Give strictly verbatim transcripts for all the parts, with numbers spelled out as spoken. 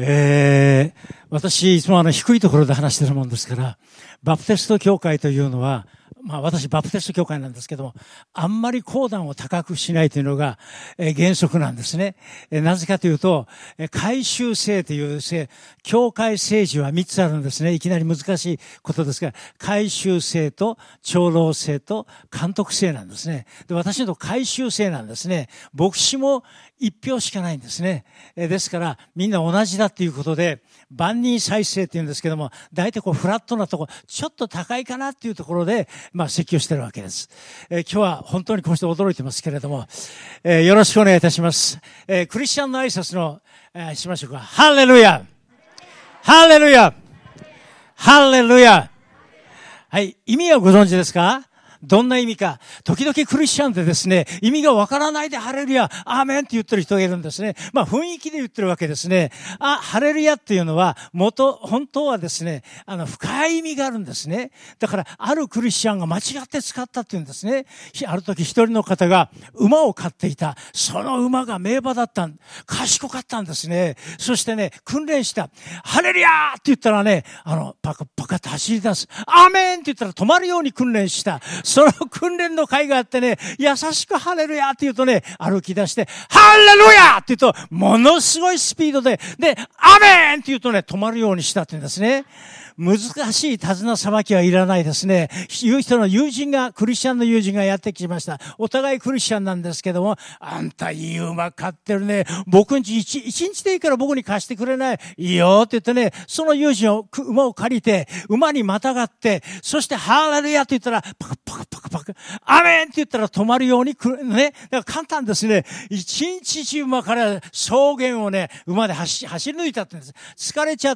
えー、私、いつもあの低いところで話してるもんですから、バプテスト教会というのは、まあ私バプテスト教会なんですけども、あんまり講談を高くしないというのが、えー、原則なんですね。えー、なぜかというと、えー、改宗制という制、教会政治はみっつあるんですね。いきなり難しいことですが、改宗制と長老制と監督制なんですね。で、私のと改宗制なんですね。牧師も一票しかないんですね。えー、ですから、みんな同じだということで、万人再生って言うんですけども、大体こうフラットなところ、ちょっと高いかなっていうところで、まあ説教してるわけです。えー、今日は本当にこうして驚いてますけれども、えー、よろしくお願いいたします。えー、クリスチャンの挨拶の、えー、しましょうか。ハレルヤハレルヤハレルヤはい、意味はご存知ですか？どんな意味か。時々クリスチャンでですね、意味がわからないでハレルヤ、アーメンって言ってる人がいるんですね。まあ雰囲気で言ってるわけですね。あ、ハレルヤっていうのは、元、本当はですね、あの、深い意味があるんですね。だから、あるクリスチャンが間違って使ったっていうんですね。ある時一人の方が馬を飼っていた。その馬が名馬だったん、賢かったんですね。そしてね、訓練した。ハレルヤーって言ったらね、あの、パカパカって走り出す。アーメンって言ったら止まるように訓練した。その訓練の会があってね、優しくハレルヤって言うとね、歩き出して、ハレルヤって言うと、ものすごいスピードで、で、アメンって言うとね、止まるようにしたって言うんですね。難しい手綱さばきはいらないですね。いう人の友人が、クリスチャンの友人がやってきました。お互いクリスチャンなんですけども、あんたいい馬飼ってるね。僕んち一、一日でいいから僕に貸してくれない。いいよって言ってね、その友人を、馬を借りて、馬にまたがって、そしてハレルヤって言ったら、パカパカパカパカ、アメンって言ったら止まるようにくる、ね。だから簡単ですね。一日中馬から草原をね、馬で走、走り抜いたって言うんです。疲れちゃって、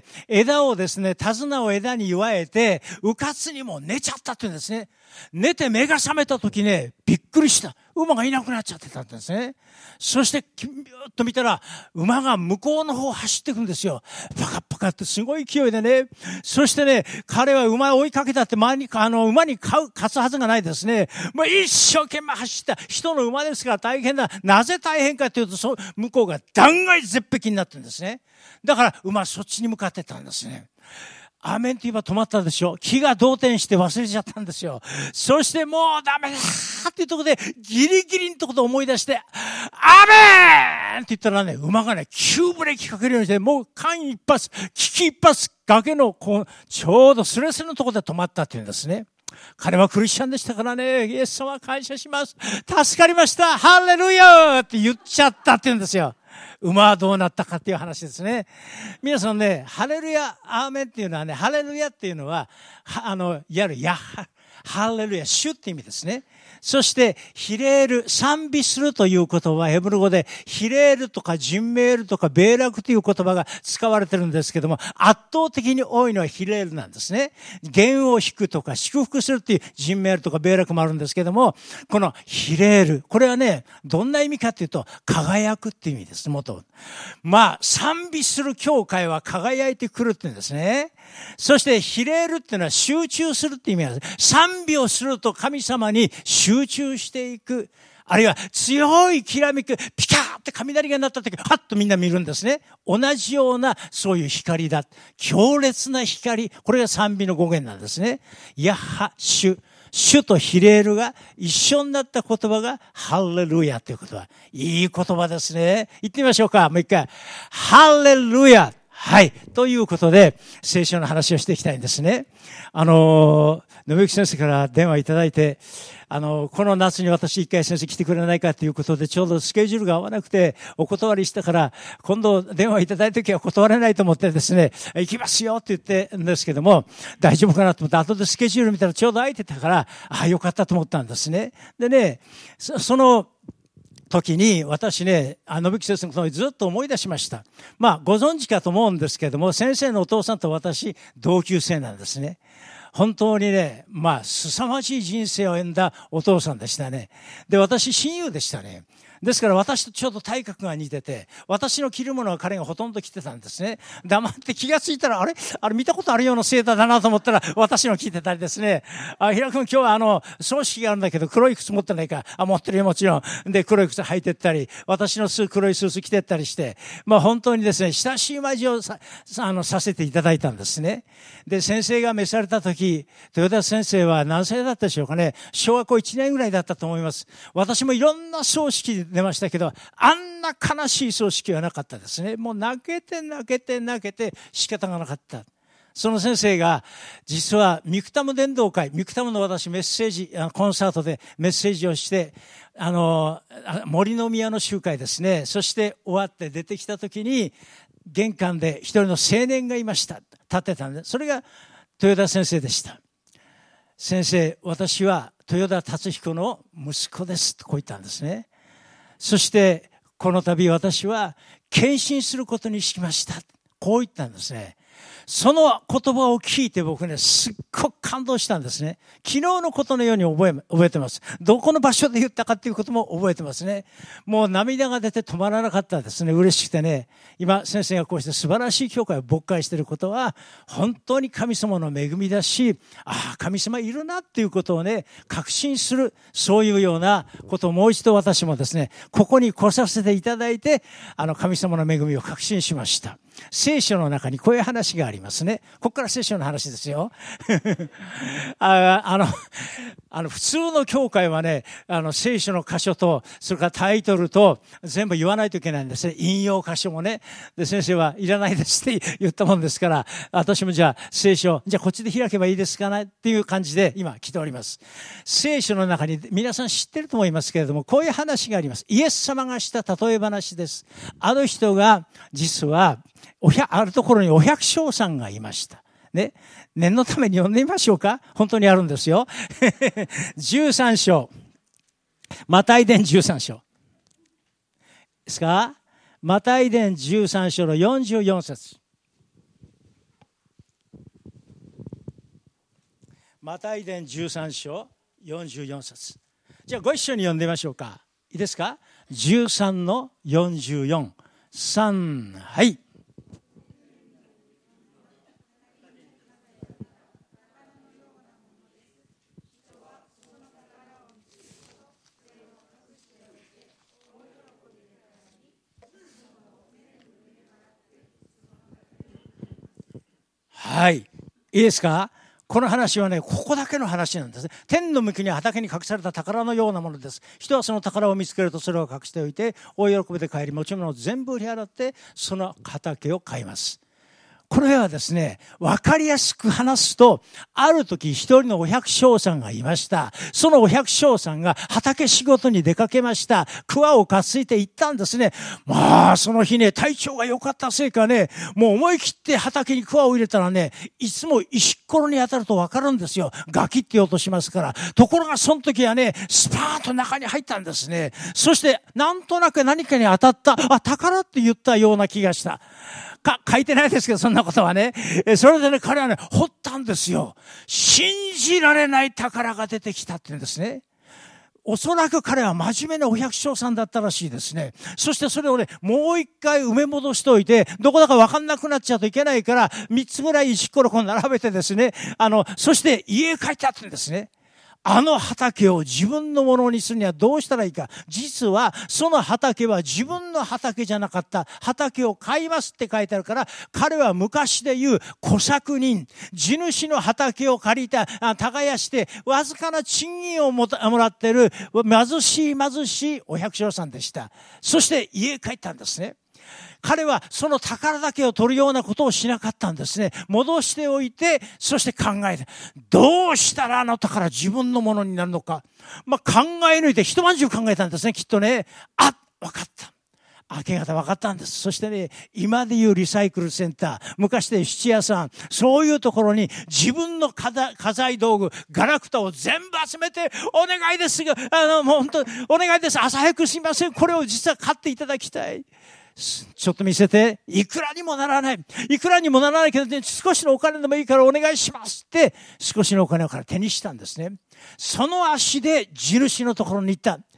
枝をですね、手綱を枝に祝えて、うかつにも寝ちゃったって言うんですね。寝て目が覚めた時ね、びっくりした。馬がいなくなっちゃってたんですね。そして、ビューッと見たら、馬が向こうの方を走っていくんですよ。パカパカってすごい勢いでね。そしてね、彼は馬を追いかけたって前に、あの、馬に勝つはずがないですね。もう一生懸命走った。人の馬ですから大変だ。なぜ大変かというと、そ向こうが断崖絶壁になってるんですね。だから、馬はそっちに向かってたんですね。アーメンって言えば止まったでしょ。気が動転して忘れちゃったんですよ。そしてもうダメだっていうところでギリギリのところで思い出して、アーメンって言ったらね、馬がね、急ブレーキかけるようにして、もう間一髪、危機一髪、崖のこう、ちょうどスレスレのところで止まったっていうんですね。彼はクリスチャンでしたからね、イエス様感謝します。助かりました。ハレルヤーって言っちゃったって言うんですよ。馬はどうなったかっていう話ですね。皆さんね、ハレルヤ、アーメンっていうのはね、ハレルヤっていうのは、あの、いわゆるヤッハ、ハレルヤ、主って意味ですね。そして、ヒレール、賛美するという言葉はヘブル語で、ヒレールとかジンメールとかベーラクという言葉が使われてるんですけども、圧倒的に多いのはヒレールなんですね。弦を弾くとか祝福するっていうジンメールとかベーラクもあるんですけども、このヒレール、これはね、どんな意味かっていうと、輝くっていう意味です、元。まあ、賛美する教会は輝いてくるって言うんですね。そして、ヒレールっていうのは集中するって意味なんです。賛美をすると神様に集中していく。あるいは強いきらめく、ピカーって雷が鳴った時、パッとみんな見るんですね。同じようなそういう光だ。強烈な光。これが賛美の語源なんですね。ヤッハ、主。主とヒレールが一緒になった言葉がハレルヤという言葉。いい言葉ですね。言ってみましょうか。もう一回。ハレルヤ。はい。ということで、聖書の話をしていきたいんですね。あの、信之先生から電話いただいて、あの、この夏に私一回先生来てくれないかということで、ちょうどスケジュールが合わなくて、お断りしたから、今度電話いただいたときは断れないと思ってですね、行きますよって言ってんですけども、大丈夫かなと思って、後でスケジュール見たらちょうど空いてたから、ああ、よかったと思ったんですね。でね、そ, その、時に私ね、あの信之先生のことをずっと思い出しました。まあ、ご存知かと思うんですけども、先生のお父さんと私、同級生なんですね。本当にね、まあ、凄まじい人生を歩んだお父さんでしたね。で、私、親友でしたね。 ですから私とちょうど体格が似てて、私の着るものは彼がほとんど着てたんですね。黙って気がついたら、あれあれ見たことあるようなセーターだなと思ったら、私の着てたりですね。あ、平君今日はあの、葬式があるんだけど黒い靴持ってないか。あ、持ってるよもちろん。で、黒い靴履いてったり、私のス黒いスーツ着てったりして、まあ本当にですね、親しい交じをさ、あの、させていただいたんですね。で、先生が召された時、豊田先生は何歳だったでしょうかね。小学校いちねんぐらいだったと思います。私もいろんな葬式で出ましたけど、あんな悲しい葬式はなかったですね。もう泣けて泣けて泣けて仕方がなかった。その先生が、実はミクタム伝道会、ミクタムの私メッセージ、コンサートでメッセージをして、あの、森の宮の集会ですね。そして終わって出てきた時に、玄関で一人の青年がいました。立ってたんで、それが豊田先生でした。先生、私は豊田達彦の息子です。とこう言ったんですね。そして、この度私は献身することにしました。こう言ったんですね。その言葉を聞いて僕ね、すっごく感動したんですね。昨日のことのように覚え、覚えてます。どこの場所で言ったかっていうことも覚えてますね。もう涙が出て止まらなかったですね。嬉しくてね。今、先生がこうして素晴らしい教会を勃開していることは、本当に神様の恵みだし、ああ、神様いるなっていうことをね、確信する、そういうようなことをもう一度私もですね、ここに来させていただいて、あの、神様の恵みを確信しました。聖書の中にこういう話がありますね。ここから聖書の話ですよ。あ, あの、あの、普通の教会はね、あの、聖書の箇所と、それからタイトルと、全部言わないといけないんですね。引用箇所もね。で、先生はいらないですって言ったもんですから、私もじゃあ、聖書、じゃあこっちで開けばいいですかねっていう感じで今来ております。聖書の中に、皆さん知ってると思いますけれども、こういう話があります。イエス様がした例え話です。ある人が、実は、おひゃあるところにお百姓さんがいました。ね。念のために読んでみましょうか。本当にあるんですよ。じゅうさん章。マタイ伝じゅうさん章。ですか？マタイ伝じゅうさん章のよんじゅうよん節。マタイ伝じゅうさん章よんじゅうよん節。じゃあご一緒に読んでみましょうか。いいですか？じゅうさんのよんじゅうよん。さん、はい。はい。いいですか？この話はね、ここだけの話なんですね。天の御国は畑に隠された宝のようなものです。人はその宝を見つけるとそれを隠しておいて、大喜びで帰り、持ち物を全部売り払って、その畑を買います。これはですね、わかりやすく話すと、ある時一人のお百姓さんがいました。そのお百姓さんが畑仕事に出かけました。桑を担いで行ったんですね。まあ、その日ね、体調が良かったせいかね、もう思い切って畑に桑を入れたらね、いつも石っころに当たるとわかるんですよ。ガキって音しますから。ところがその時はね、スパーンと中に入ったんですね。そして、なんとなく何かに当たった。あ、宝って言ったような気がした。か、書いてないですけど、そんなことはね。え、それでね、彼はね、掘ったんですよ。信じられない宝が出てきたって言うんですね。おそらく彼は真面目なお百姓さんだったらしいですね。そしてそれをね、もう一回埋め戻しておいて、どこだか分かんなくなっちゃうといけないから、三つぐらい石ころこ並べてですね、あの、そして家へ帰ったって言うんですね。あの畑を自分のものにするにはどうしたらいいか。実は、その畑は自分の畑じゃなかった。畑を買いますって書いてあるから、彼は昔で言う小作人、地主の畑を借りた、耕して、わずかな賃金をもらっている、貧しい貧しいお百姓さんでした。そして家へ帰ったんですね。彼はその宝だけを取るようなことをしなかったんですね。戻しておいて、そして考えて、どうしたらあの宝自分のものになるのか。まあ、考え抜いて一晩中考えたんですね、きっとね。あ、わかった。明け方分かったんです。そしてね、今でいうリサイクルセンター、昔で質屋さん、そういうところに自分の家財道具、ガラクタを全部集めて、お願いですが、あの、もう本当、お願いです。朝早くすみません。これを実は買っていただきたい。ちょっと見せて、いくらにもならない。いくらにもならないけど、ね、少しのお金でもいいからお願いしますって、少しのお金をから手にしたんですね。その足で地主のところに行った。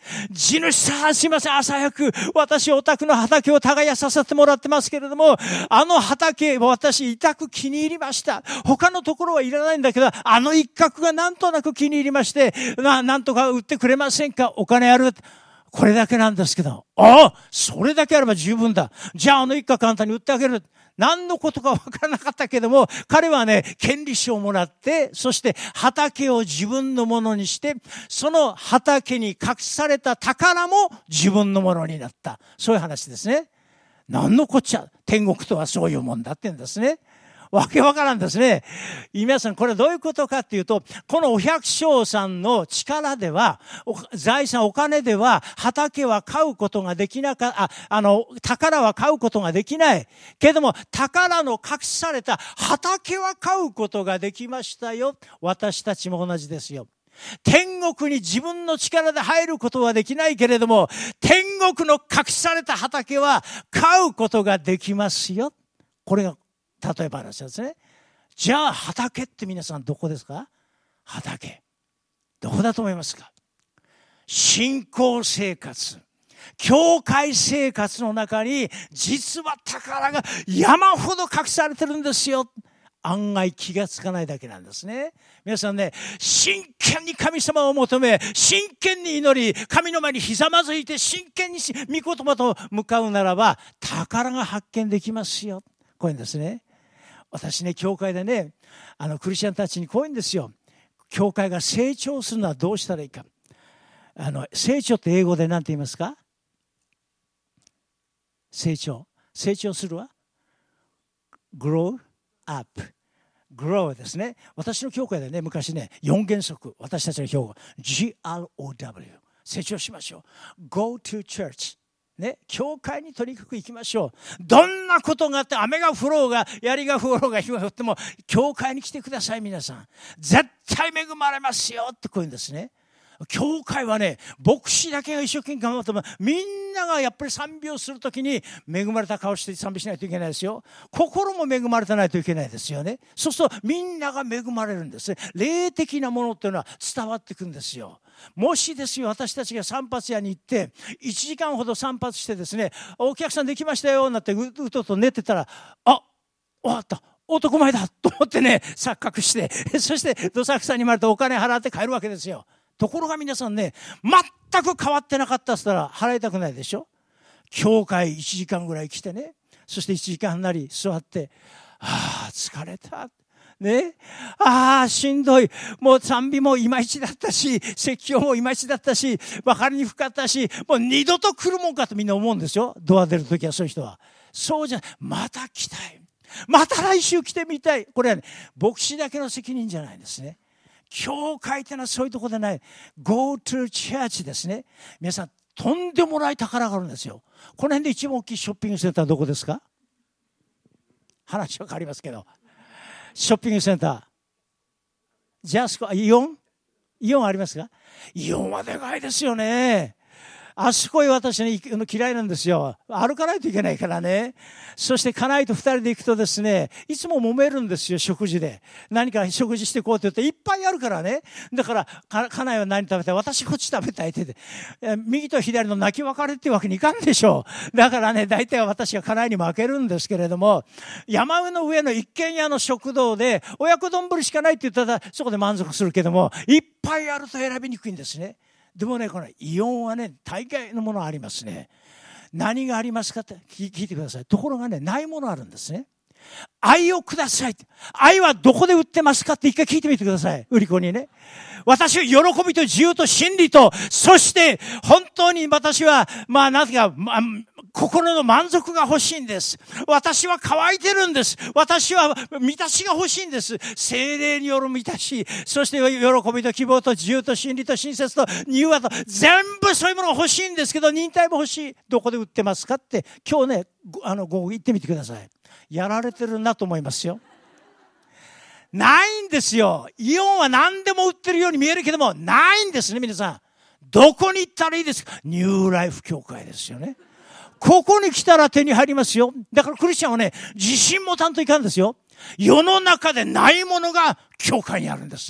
地主さん、すいません、朝早く、私お宅の畑を耕させてもらってますけれども、あの畑を私、痛く気に入りました。他のところはいらないんだけど、あの一角がなんとなく気に入りまして、な、なんとか売ってくれませんか？お金ある。これだけなんですけど、ああ、それだけあれば十分だ。じゃああの一角簡単に売ってあげる。何のことかわからなかったけども、彼はね、権利書をもらって、そして畑を自分のものにして、その畑に隠された宝も自分のものになった。そういう話ですね。何のこっちゃ、天国とはそういうもんだって言うんですね。わけわからんですね。皆さん、これどういうことかっていうと、このお百姓さんの力では、財産、お金では、畑は買うことができなか、あ、あの、宝は買うことができない。けども、宝の隠された畑は買うことができましたよ。私たちも同じですよ。天国に自分の力で入ることはできないけれども、天国の隠された畑は買うことができますよ。これが例えば話ですね。じゃあ畑って皆さんどこですか？畑。どこだと思いますか？信仰生活。教会生活の中に実は宝が山ほど隠されてるんですよ。案外気がつかないだけなんですね。皆さんね、真剣に神様を求め、真剣に祈り、神の前にひざまずいて真剣に御言葉と向かうならば、宝が発見できますよ。こういうんですね。私ね、教会でね、あのクリスチャンたちにこういうんですよ。教会が成長するのはどうしたらいいか。あの成長って英語で何て言いますか？成長。成長するは grow up。grow ですね。私の教会でね、昔ね、よん原則、私たちの標語、ジーアールオーダブリュー。成長しましょう。go to church。ね、教会にとにかく行きましょう。どんなことがあって、雨が降ろうが、槍が降ろうが、火が降っても、教会に来てください、皆さん。絶対恵まれますよってこういうんですね。教会はね、牧師だけが一生懸命頑張っても、みんながやっぱり賛美をするときに恵まれた顔して賛美しないといけないですよ。心も恵まれてないといけないですよね。そうするとみんなが恵まれるんですね。霊的なものっていうのは伝わってくるんですよ。もしですよ、私たちが散髪屋に行っていちじかんほど散髪してですね、お客さんできましたよなんてうとうと寝てたら、あ、終わった、男前だと思ってね、錯覚して、そしてどさくさに生まれてお金払って帰るわけですよ。ところが皆さんね、全く変わってなかったって言ったら払いたくないでしょ。教会いちじかんぐらい来てね、そしていちじかんなり座って、ああ疲れたね、ああしんどい、もう賛美もいまいちだったし、説教もいまいちだったし、分かりにくかったし、もう二度と来るもんかとみんな思うんですよ。ドア出るときはそういう人は。そうじゃない、また来たい、また来週来てみたい。これはね、牧師だけの責任じゃないんですね。教会ってのはそういうところでない。Go to church ですね。皆さん、とんでもない宝があるんですよ。この辺で一番大きいショッピングセンターはどこですか？話は変わりますけど。ショッピングセンター。ジャスコ、イオンイオンありますか？イオンはでかいですよね。あそこへ私ね、行くの嫌いなんですよ。歩かないといけないからね。そして家内と二人で行くとですね、いつも揉めるんですよ、食事で。何か食事してこうって言っていっぱいあるからね。だから、家内は何食べたい、私こっち食べたいって言って、右と左の泣き別れっていうわけにいかんでしょう。だからね、大体は私が家内に負けるんですけれども、山の上の一軒家の食堂で、親子丼しかないって言ったら、そこで満足するけども、いっぱいあると選びにくいんですね。でもね、このイオンはね、大概のものありますね。何がありますかって聞いてください。ところがね、ないものあるんですね。愛をください。愛はどこで売ってますかって一回聞いてみてください。売り子にね。私は喜びと自由と真理と、そして本当に私は、まあなぜか、まあ、心の満足が欲しいんです。私は乾いてるんです。私は満たしが欲しいんです。聖霊による満たし、そして喜びと希望と自由と真理と親切と柔和と、全部そういうものが欲しいんですけど、忍耐も欲しい。どこで売ってますかって、今日ね、あの、午後行ってみてください。やられてるなと思いますよ。ないんですよ。イオンは何でも売ってるように見えるけども、ないんですね、皆さん。どこに行ったらいいですか？ニューライフ教会ですよね。ここに来たら手に入りますよ。だからクリスチャンはね、自信もたんといかんですよ。世の中でないものが教会にあるんですね。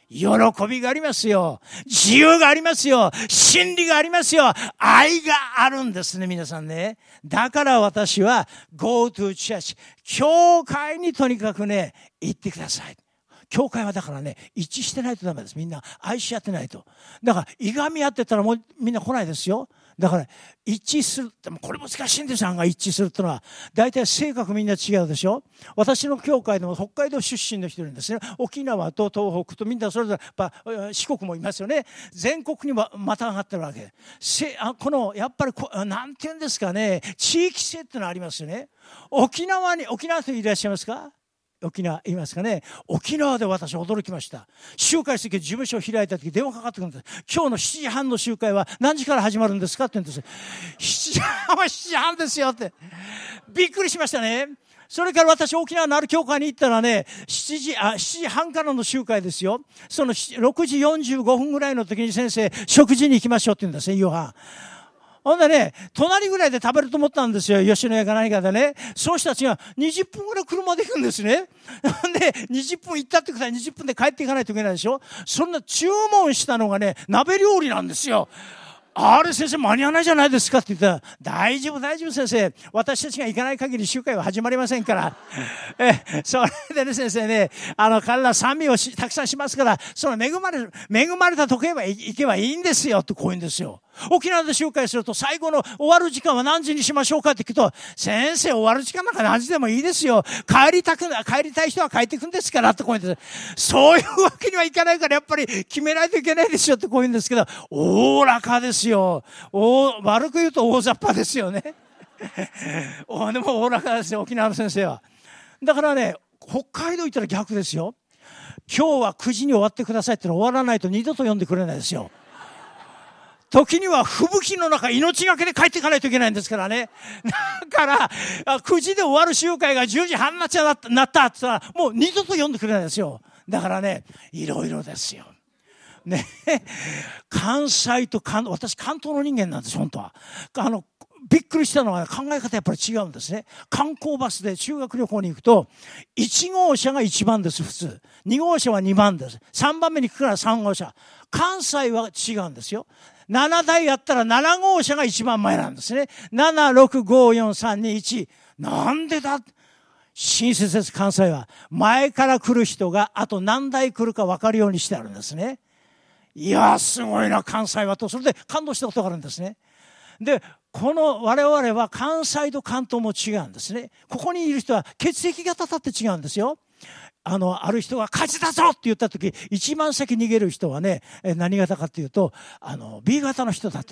喜びがありますよ。自由がありますよ。真理がありますよ。愛があるんですね、皆さんね。だから私は Go to church。教会にとにかくね、行ってください。教会はだからね、一致してないとダメです。みんな愛し合ってないと。だからいがみ合ってたらもうみんな来ないですよ。だから一致するってこれ難しいんですよ。案外一致するってのは大体性格みんな違うでしょ。私の教会でも北海道出身の人にですね、沖縄と東北とみんなそれぞれ四国もいますよね。全国にもまた上がってるわけ。せあこのやっぱりこなんていうんですかね、地域性ってのありますよね。沖縄に沖縄の人いらっしゃいますか？沖縄言いますかね。沖縄で私驚きました。集会席で事務所を開いた時電話かかってくるんです。今日のしちじはんの集会は何時から始まるんですかって言うんです。しちじはんはしちじはんですよって。びっくりしましたね。それから私沖縄のある教会に行ったらね、しちじ、あ、しちじはんからの集会ですよ。そのろくじよんじゅうごふんぐらいの時に先生、食事に行きましょうって言うんですね、夕飯。ほんでね、隣ぐらいで食べると思ったんですよ。吉野家か何かでね。そういう人たちがにじゅっぷんぐらい車で行くんですね。で、にじゅっぷん行ったってください。にじゅっぷんで帰っていかないといけないでしょ。そんな注文したのがね、鍋料理なんですよ。あれ先生間に合わないじゃないですかって言ったら、大丈夫大丈夫先生。私たちが行かない限り集会は始まりませんから。え、それでね先生ね、あの彼ら賛美をたくさんしますから、その恵まれる、恵まれたとこへば行けばいいんですよってこう言うんですよ。沖縄で集会すると最後の終わる時間は何時にしましょうかって聞くと、先生終わる時間なんか何時でもいいですよ。帰りたくな、帰りたい人は帰ってくんですからってこう言うんです。そういうわけにはいかないからやっぱり決めないといけないですよってこう言うんですけど、おおらかですよ。お悪く言うと大雑把ですよね。おでもおおらかですよ、沖縄の先生は。だからね、北海道行ったら逆ですよ。今日はくじに終わってくださいっての終わらないと二度と読んでくれないですよ。時には吹雪の中命がけで帰っていかないといけないんですからね。だからくじで終わる集会がじゅうじはんになっちゃったなったって言ったらもう二度と読んでくれないですよ。だからね、いろいろですよ。ね、関西と関私関東の人間なんです本当は。あのびっくりしたのは考え方やっぱり違うんですね。観光バスで修学旅行に行くといち号車がいちばんです普通。に号車はにばんです。さんばんめに行くからさん号車。関西は違うんですよ。ななだいやったらなな号車が一番前なんですね。なな、ろく、ご、よん、さん、に、いち。なんでだ？親切です、関西は。前から来る人があと何台来るか分かるようにしてあるんですね。いや、すごいな、関西はと。それで感動したことがあるんですね。で、この我々は関西と関東も違うんですね。ここにいる人は血液型だって違うんですよ。あの、ある人が勝ちだぞって言った時、一番先逃げる人はね、何型かっていうと、あの、B 型の人だって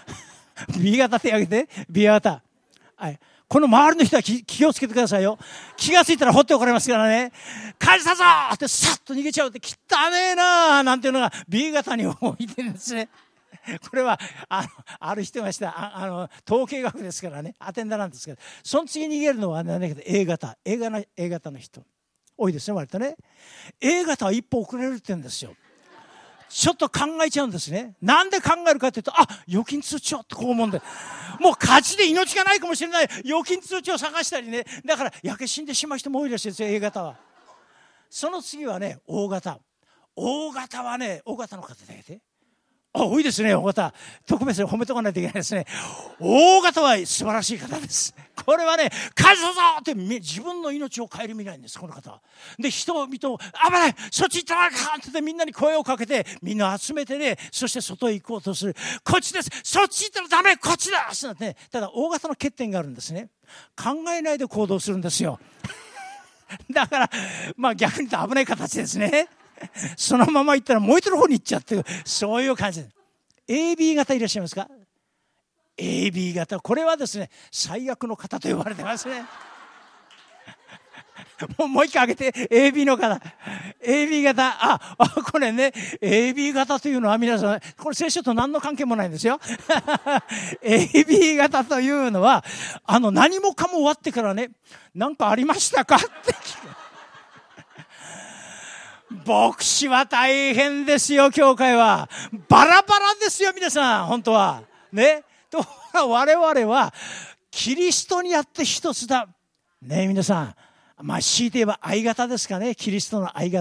。B 型手挙げて、B 型。はい。この周りの人は気, 気をつけてくださいよ。気がついたら放っておかれますからね。勝ちだぞってさっと逃げちゃうって汚ねえなーなんていうのが B 型に置いてるんですね。これはあのある人がしたああの統計学ですからね、アテンダーなんですけど、その次に逃げるのは何だけど A 型 A 型 A 型の人多いですね割とね。 A 型は一歩遅れるって言うんですよ。ちょっと考えちゃうんですね。なんで考えるかっていうと、あ、預金通帳ってこう思うんで、もう勝ちで命がないかもしれない預金通帳を探したりね。だから焼け死んでしまう人も多いらしいですよ A 型は。その次はね O 型。O 型はね O 型の方だけで、あ、多いですね O 型。特別に褒めとかないといけないですね。O 型は素晴らしい方です。これはね、勝つぞって自分の命を顧みないんですこの方は。で、人々を危ない、そっち行ったらあかんってみんなに声をかけて、みんな集めてね、そして外へ行こうとする。こっちです、そっち行ったらダメ、こっちだってなってね。ただ O 型の欠点があるんですね。考えないで行動するんですよ。だからまあ逆に言うと危ない形ですね。そのまま行ったら燃えてる方に行っちゃって、そういう感じです。 エービー 型いらっしゃいますか？ エービー 型、これはですね最悪の方と呼ばれてますね。もうもう一回上げて エービー の方 エービー 型、ああこれね エービー 型というのは皆さんこれ聖書と何の関係もないんですよ。エービー 型というのはあの何もかも終わってからね、何かありましたかって聞く。牧師は大変ですよ。教会はバラバラですよ皆さん本当はね。と我々はキリストにあって一つだね。皆さん、まあ強いて言えば愛型ですかね。キリストの愛型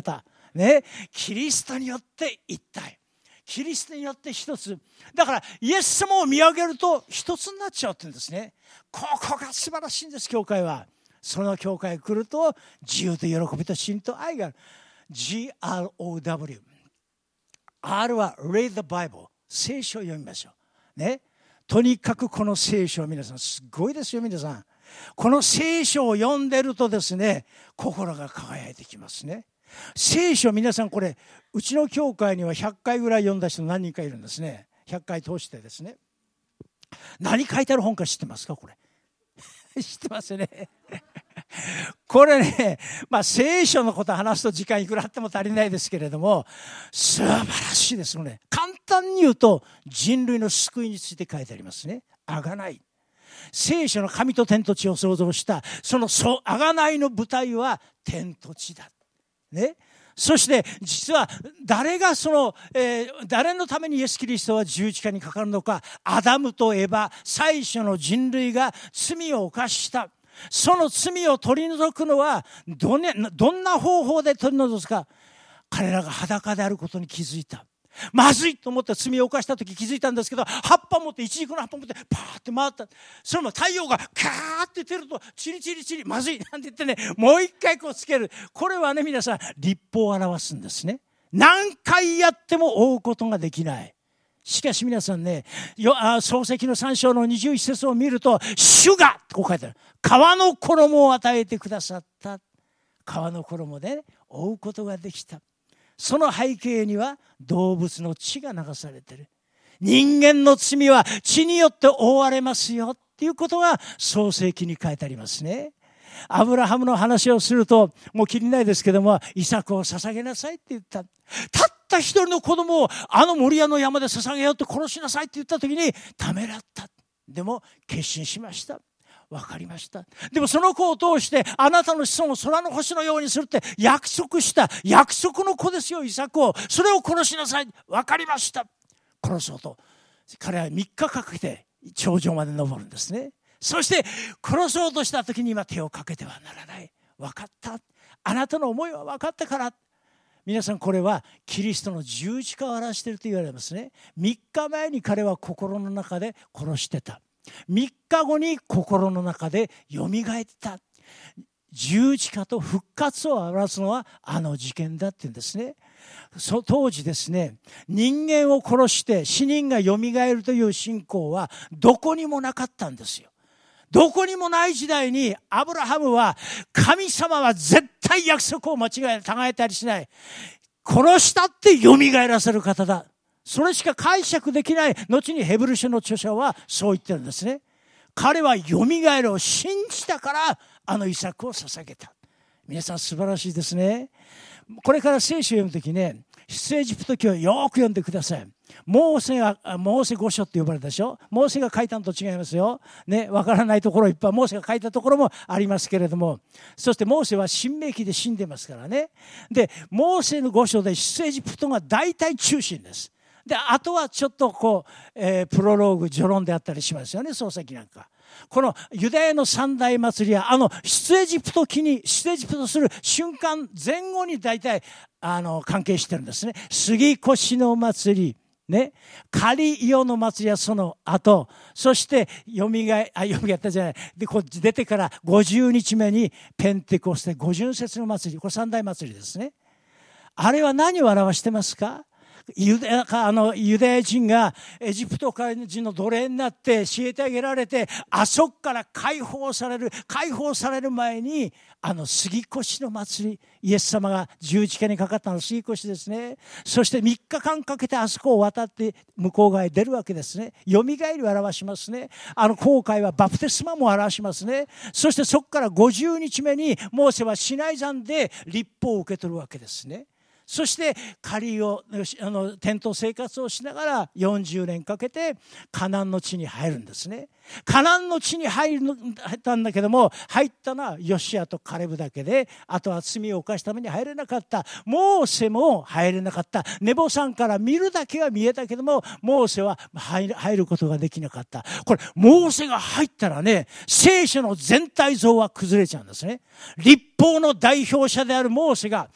ね、キリストによって一体。キリストによって一つ。だからイエス様を見上げると一つになっちゃうって言うんですね。ここが素晴らしいんです、教会は。その教会が来ると自由と喜びと真と愛がある。ジーアールオーダブリュー。R は Read the Bible。聖書を読みましょう。ね。とにかくこの聖書を皆さん、すごいですよ皆さん。この聖書を読んでるとですね、心が輝いてきますね。聖書皆さんこれ、うちの教会にはひゃっかいぐらい読んだ人何人かいるんですね。ひゃっかい通してですね。何書いてある本か知ってますかこれ。知ってますね。これね、まあ聖書のこと話すと時間いくらあっても足りないですけれども、素晴らしいですよね。簡単に言うと人類の救いについて書いてありますね。贖い。聖書の神と天と地を創造したその贖いの舞台は天と地だ。ね。そして実は誰がその、えー、誰のためにイエス・キリストは十字架にかかるのか。アダムとエバ、最初の人類が罪を犯した。その罪を取り除くのはどんな、どんな方法で取り除くか。彼らが裸であることに気づいた。まずいと思って罪を犯した時気づいたんですけど、葉っぱ持ってイチジクの葉っぱ持ってパーって回った。それも太陽がカーって出るとチリチリチリまずいなんて言ってね、もう一回こうつける。これはね皆さん律法を表すんですね。何回やっても追うことができない。しかし皆さんね、創世記のさん章のにじゅういち節を見ると、主がこう書いてある。皮の衣を与えてくださった。皮の衣で追うことができた。その背景には動物の血が流されている。人間の罪は血によって覆われますよっていうことが創世記に書いてありますね。アブラハムの話をすると、もうきりないですけども、イサクを捧げなさいって言った。たった一人の子供をあのモリアの山で捧げようって殺しなさいって言った時にためらった。でも決心しました。わかりました。でもその子を通してあなたの子孫を空の星のようにするって約束した約束の子ですよ、イサクを。それを殺しなさい。わかりました。殺そうと。彼はみっかかけて頂上まで登るんですね。そして殺そうとした時に今手をかけてはならない。わかった。あなたの思いはわかったから。皆さんこれはキリストの十字架を表していると言われますね。みっかまえに彼は心の中で殺してた。みっかごに心の中でよみがえった。十字架と復活を表すのはあの事件だって言うんですね。そ当時ですね、人間を殺して死人がよみがえるという信仰はどこにもなかったんですよ。どこにもない時代にアブラハムは神様は絶対約束を間違え、違えたりしない。殺したってよみがえらせる方だ。それしか解釈できない。後にヘブル書の著者はそう言ってるんですね。彼はよみがえるを信じたからあのイサクを捧げた。皆さん素晴らしいですね。これから聖書を読むときね、出エジプト記をよく読んでください。モーセが、モーセ五書って呼ばれたでしょ。モーセが書いたのと違いますよ。ね、わからないところいっぱい、モーセが書いたところもありますけれども、そしてモーセは新明記で死んでますからね。で、モーセの五書で出エジプトが大体中心です。で、あとはちょっとこう、えー、プロローグ、序論であったりしますよね、創世記なんか。このユダヤの三大祭りは、あの出エジプト記に、出エジプトする瞬間前後に大体あの関係してるんですね。杉越の祭り、ね、仮伊予の祭りはその後、そしてよみがえ、あ、よみがえったじゃない。で、こう出てからごじゅうにちめにペンテコステ、五巡節の祭り、これ三大祭りですね。あれは何を表してますか？ユダヤ、あのユダヤ人がエジプト人の奴隷になって虐げられて、あそこから解放される解放される前に、あの杉越の祭り、イエス様が十字架にかかったの杉越ですね。そしてみっかかんかけてあそこを渡って向こう側へ出るわけですね。よみがえりを表しますね。あの航海はバプテスマも表しますね。そしてそこからごじゅうにちめにモーセはシナイ山で律法を受け取るわけですね。そして仮をあのテント生活をしながらよんじゅうねんかけてカナンの地に入るんですね。カナンの地に入ったんだけども、入ったのはヨシアとカレブだけで、あとは罪を犯したために入れなかった。モーセも入れなかった。ネボ山から見るだけは見えたけども、モーセは入る、入ることができなかった。これモーセが入ったらね、聖書の全体像は崩れちゃうんですね。律法の代表者であるモーセが復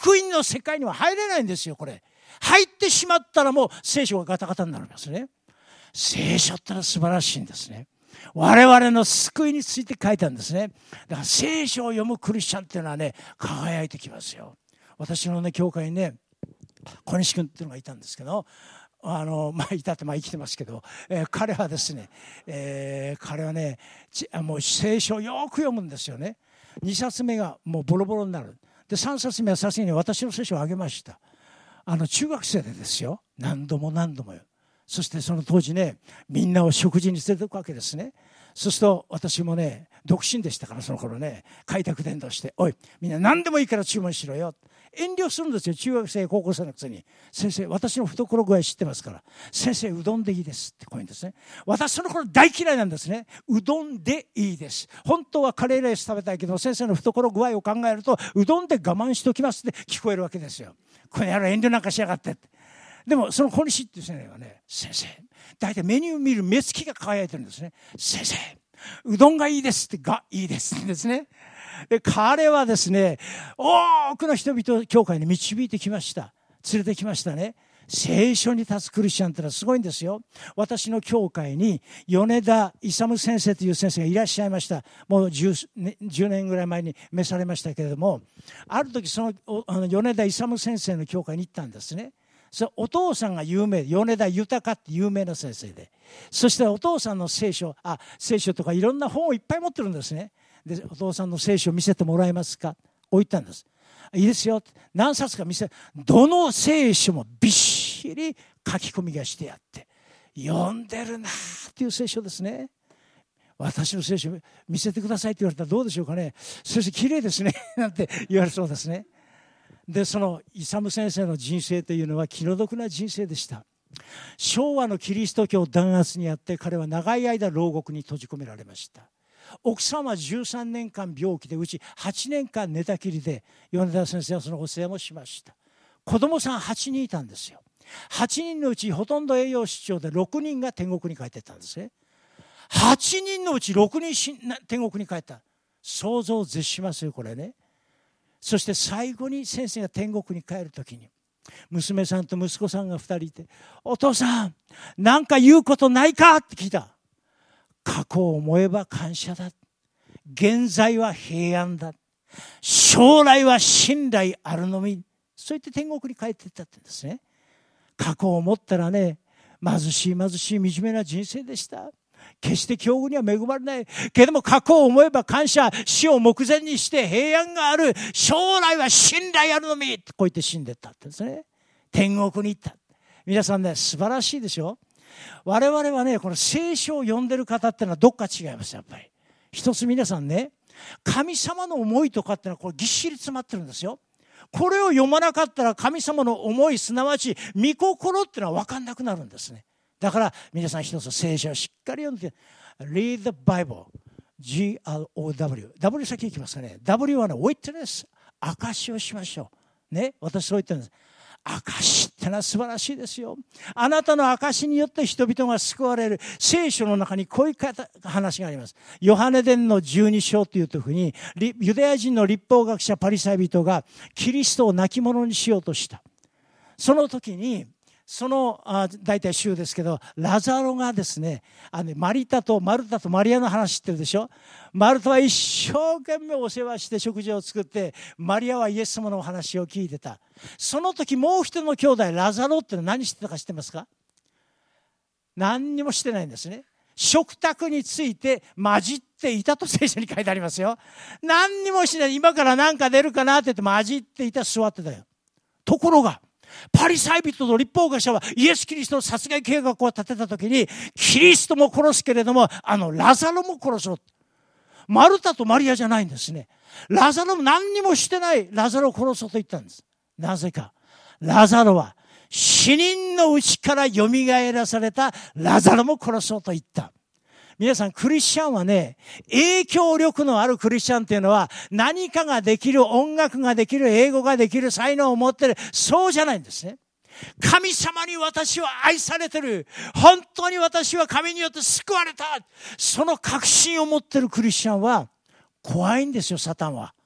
福音の世界には入れないんですよ、これ。入ってしまったらもう聖書がガタガタになりますね。聖書ってのは素晴らしいんですね。我々の救いについて書いたんですね。だから聖書を読むクリスチャンっていうのはね、輝いてきますよ。私のね、教会にね、小西君っていうのがいたんですけど、あのまあ、いたってまあ生きてますけど、えー、彼はですね、えー、彼はねもう聖書をよく読むんですよね。にさつめがもうボロボロになる。でさんさつめはさすがに私の聖書をあげました。あの中学生でですよ、何度も何度もよ。そしてその当時ね、みんなを食事に連れて行くわけですね。そうすると私もね、独身でしたからその頃ね、開拓伝道して、おいみんな何でもいいから注文しろよ。遠慮するんですよ、中学生高校生のくせに。先生、私の懐具合知ってますから、先生うどんでいいですってこう言うんですね。私その頃大嫌いなんですね。うどんでいいです。本当はカレーライス食べたいけど、先生の懐具合を考えるとうどんで我慢しておきますって聞こえるわけですよ。これやる遠慮なんかしやがってって。でもその小西っていう青年はね、先生、大体メニュー見る目つきが輝いてるんですね。先生、うどんがいいですってがいいですってですね。で彼はですね、多くの人々を教会に導いてきました。連れてきましたね。聖書に立つクリスチャンってのはすごいんですよ。私の教会に米田勇先生という先生がいらっしゃいました。もう 10, じゅうねんぐらい前に召されましたけれども、ある時そのあの米田勇先生の教会に行ったんですね。そお父さんが有名、米田豊って有名な先生で、そしてお父さんの聖書あ聖書とかいろんな本をいっぱい持ってるんですね。でお父さんの聖書を見せてもらえますか、こう言ったんです。いいですよ、何冊か見せ、どの聖書もびっしり書き込みがしてあって読んでるなっていう聖書ですね。私の聖書見せてくださいって言われたらどうでしょうかね。先生綺麗ですねなんて言われそうですね。でその勇先生の人生というのは気の毒な人生でした。昭和のキリスト教弾圧にあって彼は長い間牢獄に閉じ込められました。奥さんはじゅうさんねんかん病気で、うちはちねんかん寝たきりで、米田先生はそのご世話もしました。子供さんはちにんいたんですよ。はちにんのうちほとんど栄養失調でろくにんが天国に帰っていったんですね。はちにんのうちろくにん天国に帰った。想像を絶しますよこれね。そして最後に先生が天国に帰るときに、娘さんと息子さんがふたりいて、お父さん何か言うことないかって聞いた。過去を思えば感謝だ、現在は平安だ、将来は信頼あるのみ、そう言って天国に帰っていったって言うんですね。過去を思ったらね、貧しい貧しい惨めな人生でした。決して境遇には恵まれないけども、過去を思えば感謝、死を目前にして平安がある、将来は信頼あるのみってこう言って死んでったってですね。天国に行った。皆さんね、素晴らしいでしょ。我々はね、この聖書を読んでる方ってのはどっか違います。やっぱり一つ皆さんね、神様の思いとかってのはこれぎっしり詰まってるんですよ。これを読まなかったら神様の思い、すなわち御心ってのは分かんなくなるんですね。だから皆さん一つ聖書をしっかり読んで Read the Bible、 ジーアールオーダブリュー、 W 先行きますかね。 W はね、Witness、 証しをしましょうね。私そう言ってるんです。証ってのは素晴らしいですよ。あなたの証によって人々が救われる。聖書の中にこういう話があります。ヨハネ伝のじゅうに章というときに、ユダヤ人の律法学者パリサイ人がキリストを亡き者にしようとした。その時にそのあ大体週ですけど、ラザロがですね、あのマリタとマルタとマリアの話知ってるでしょ。マルタは一生懸命お世話して食事を作って、マリアはイエス様のお話を聞いてた。その時もう一人の兄弟ラザロって何してたか知ってますか。何にもしてないんですね。食卓について混じっていたと聖書に書いてありますよ。何にもしない、今から何か出るかなって言って混じっていた、座ってたよ。ところがパリサイ人と律法学者はイエス・キリストの殺害計画を立てたときに、キリストも殺すけれども、あのラザロも殺そう。マルタとマリアじゃないんですね。ラザロも何にもしてないラザロを殺そうと言ったんです。なぜか。ラザロは死人のうちからよみがえらされたラザロも殺そうと言った。皆さん、クリスチャンはね、影響力のあるクリスチャンっていうのは、何かができる、音楽ができる、英語ができる、才能を持ってる、そうじゃないんですね。神様に私は愛されてる。本当に私は神によって救われた。その確信を持ってるクリスチャンは怖いんですよ、サタンは。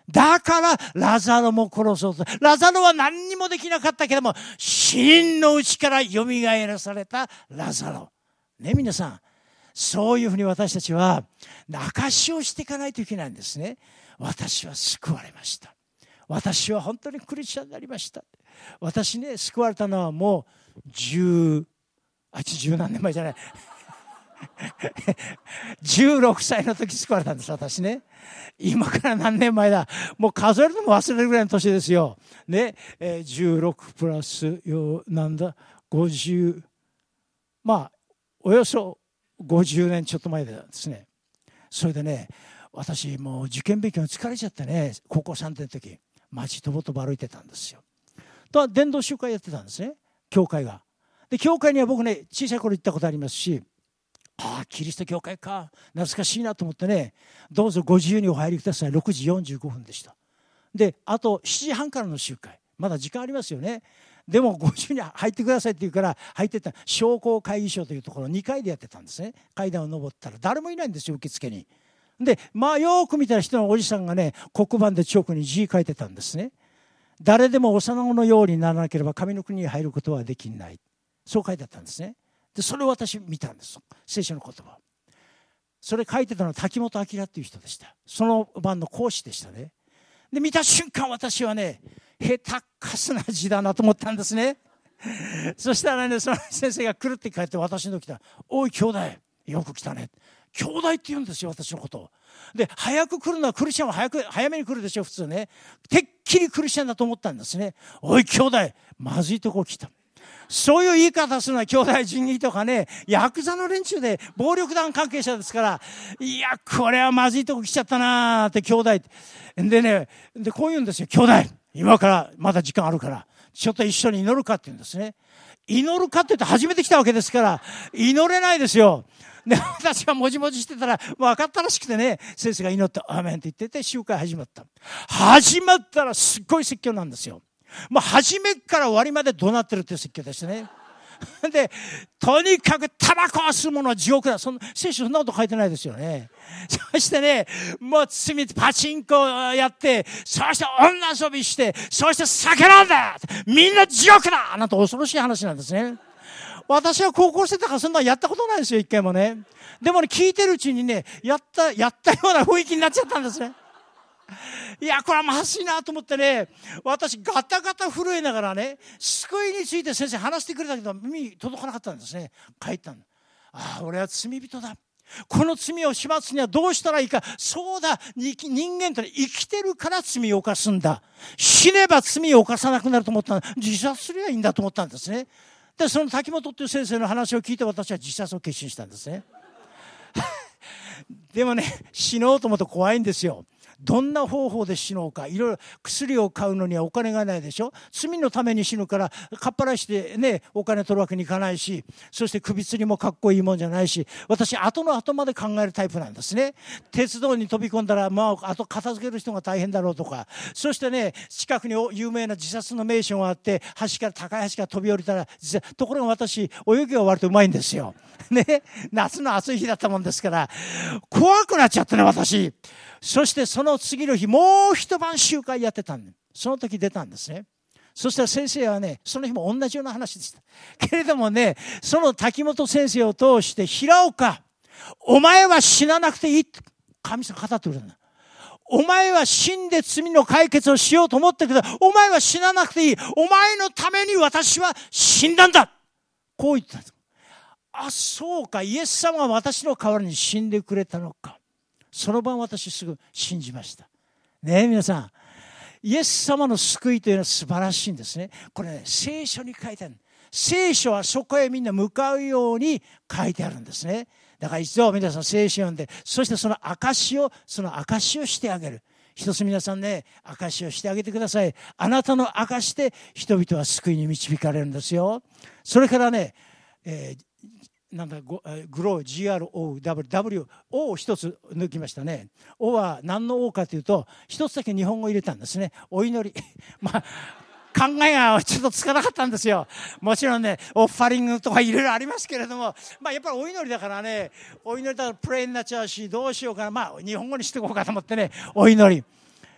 だからラザロも殺そうと。ラザロは何にもできなかったけども、死人のうちからよみがえらされたラザロ。ね、皆さん。そういうふうに私たちは証しをしていかないといけないんですね。私は救われました。私は本当にクリスチャンになりました。私ね、救われたのはもう十、あ、十何年前じゃない。じゅうろくさいの時救われたんです、私ね。今から何年前だ。もう数えるのも忘れるぐらいの年ですよ。ね、えー、じゅうろくプラスよ、なんだ、ごじゅう、まあ、およそごじゅうねんちょっと前ですね。それでね、私もう受験勉強に疲れちゃってね、高校さんねんの時、街とぼとぼ歩いてたんですよ。とは伝道集会やってたんですね、教会が。で、教会には僕ね、小さい頃行ったことありますし、ああ、キリスト教会か、懐かしいなと思ってね、どうぞご自由にお入りください。ろくじよんじゅうごふんでした。で、あとしちじはんからの集会、まだ時間ありますよね。でもご自由に入ってくださいって言うから入ってった。商工会議所というところにかいでやってたんですね。階段を上ったら誰もいないんですよ、受付に。で、まあよく見たら一人のおじさんがね、黒板でチョークに字書いてたんですね。誰でも幼子のようにならなければ神の国に入ることはできない。そう書いてあったんですね。で、それを私見たんです、聖書の言葉。それ書いてたのは滝本明っていう人でした。その番の講師でしたね。で、見た瞬間私はね、下手かすな字だなと思ったんですね。そしたらね、その先生が来るって帰って私の来た。おい兄弟、よく来たね。兄弟って言うんですよ、私のことを。で、早く来るのはクリスチャンは早く早めに来るでしょ、普通ね。てっきりクリスチャンだと思ったんですね。おい兄弟、まずいとこ来た。そういう言い方するのは兄弟仁義とかね、ヤクザの連中で暴力団関係者ですから、いや、これはまずいとこ来ちゃったなーって兄弟。でね、で、こう言うんですよ、兄弟。今からまだ時間あるから、ちょっと一緒に祈るかって言うんですね。祈るかって言って初めて来たわけですから、祈れないですよ。で、私がもじもじしてたら分かったらしくてね、先生が祈ってアーメンって言ってて集会始まった。始まったらすっごい説教なんですよ。もう初めから終わりまで怒鳴ってるっていう説教でしたね。で、とにかくタバコを吸うものは地獄だ。そんな聖書そんなこと書いてないですよね。そしてね、もう罪パチンコやって、そして女遊びして、そして酒飲んだ、みんな地獄だなんて恐ろしい話なんですね。私は高校生だからそんなやったことないですよ、一回もね。でもね、聞いてるうちにね、やった、やったような雰囲気になっちゃったんですね。いや、これはまずいなと思ってね、私ガタガタ震えながらね、救いについて先生話してくれたけど耳届かなかったんですね。帰ったの。ああ、俺は罪人だ。この罪を始末にはどうしたらいいか。そうだ、人間って生きてるから罪を犯すんだ。死ねば罪を犯さなくなると思ったの。自殺すればいいんだと思ったんですね。で、その滝本っていう先生の話を聞いて私は自殺を決心したんですね。でもね、死のうと思うと怖いんですよ。どんな方法で死のうか。いろいろ薬を買うのにはお金がないでしょ。罪のために死ぬからかっぱらしてね、お金取るわけにいかないし、そして首吊りもかっこいいもんじゃないし、私後の後まで考えるタイプなんですね。鉄道に飛び込んだらまああと片付ける人が大変だろうとか、そしてね、近くに有名な自殺の名所があって、橋から高い橋から飛び降りたら、ところが私泳ぎが割とうまいんですよね。夏の暑い日だったもんですから怖くなっちゃってね、私。そしてその次の日もう一晩集会やってたんで、その時出たんですね。そしたら先生はね、その日も同じような話でしたけれどもね、その滝本先生を通して、平岡、お前は死ななくていいって神様語ってくれるんだ。お前は死んで罪の解決をしようと思ってるけど、お前は死ななくていい。お前のために私は死んだんだ。こう言ってたんです。あ、そうか、イエス様が私の代わりに死んでくれたのか。その晩私すぐ信じましたね。皆さん、イエス様の救いというのは素晴らしいんですね。これね、聖書に書いてある。聖書はそこへみんな向かうように書いてあるんですね。だから一度皆さん聖書を読んで、そしてその証をその証をしてあげる。一つ皆さんね、証をしてあげてください。あなたの証で人々は救いに導かれるんですよ。それからね、えーなんだグロー ジーアールオーダブリューダブリュー O を一つ抜きましたね。O は何の O かというと、一つだけ日本語を入れたんですね。お祈り。まあ考えがちょっとつかなかったんですよ。もちろんね、オファリングとかいろいろありますけれども、まあやっぱりお祈りだからね、お祈りだからプレイになっちゃうし、どうしようかな、まあ日本語にしておこうかと思ってね、お祈り。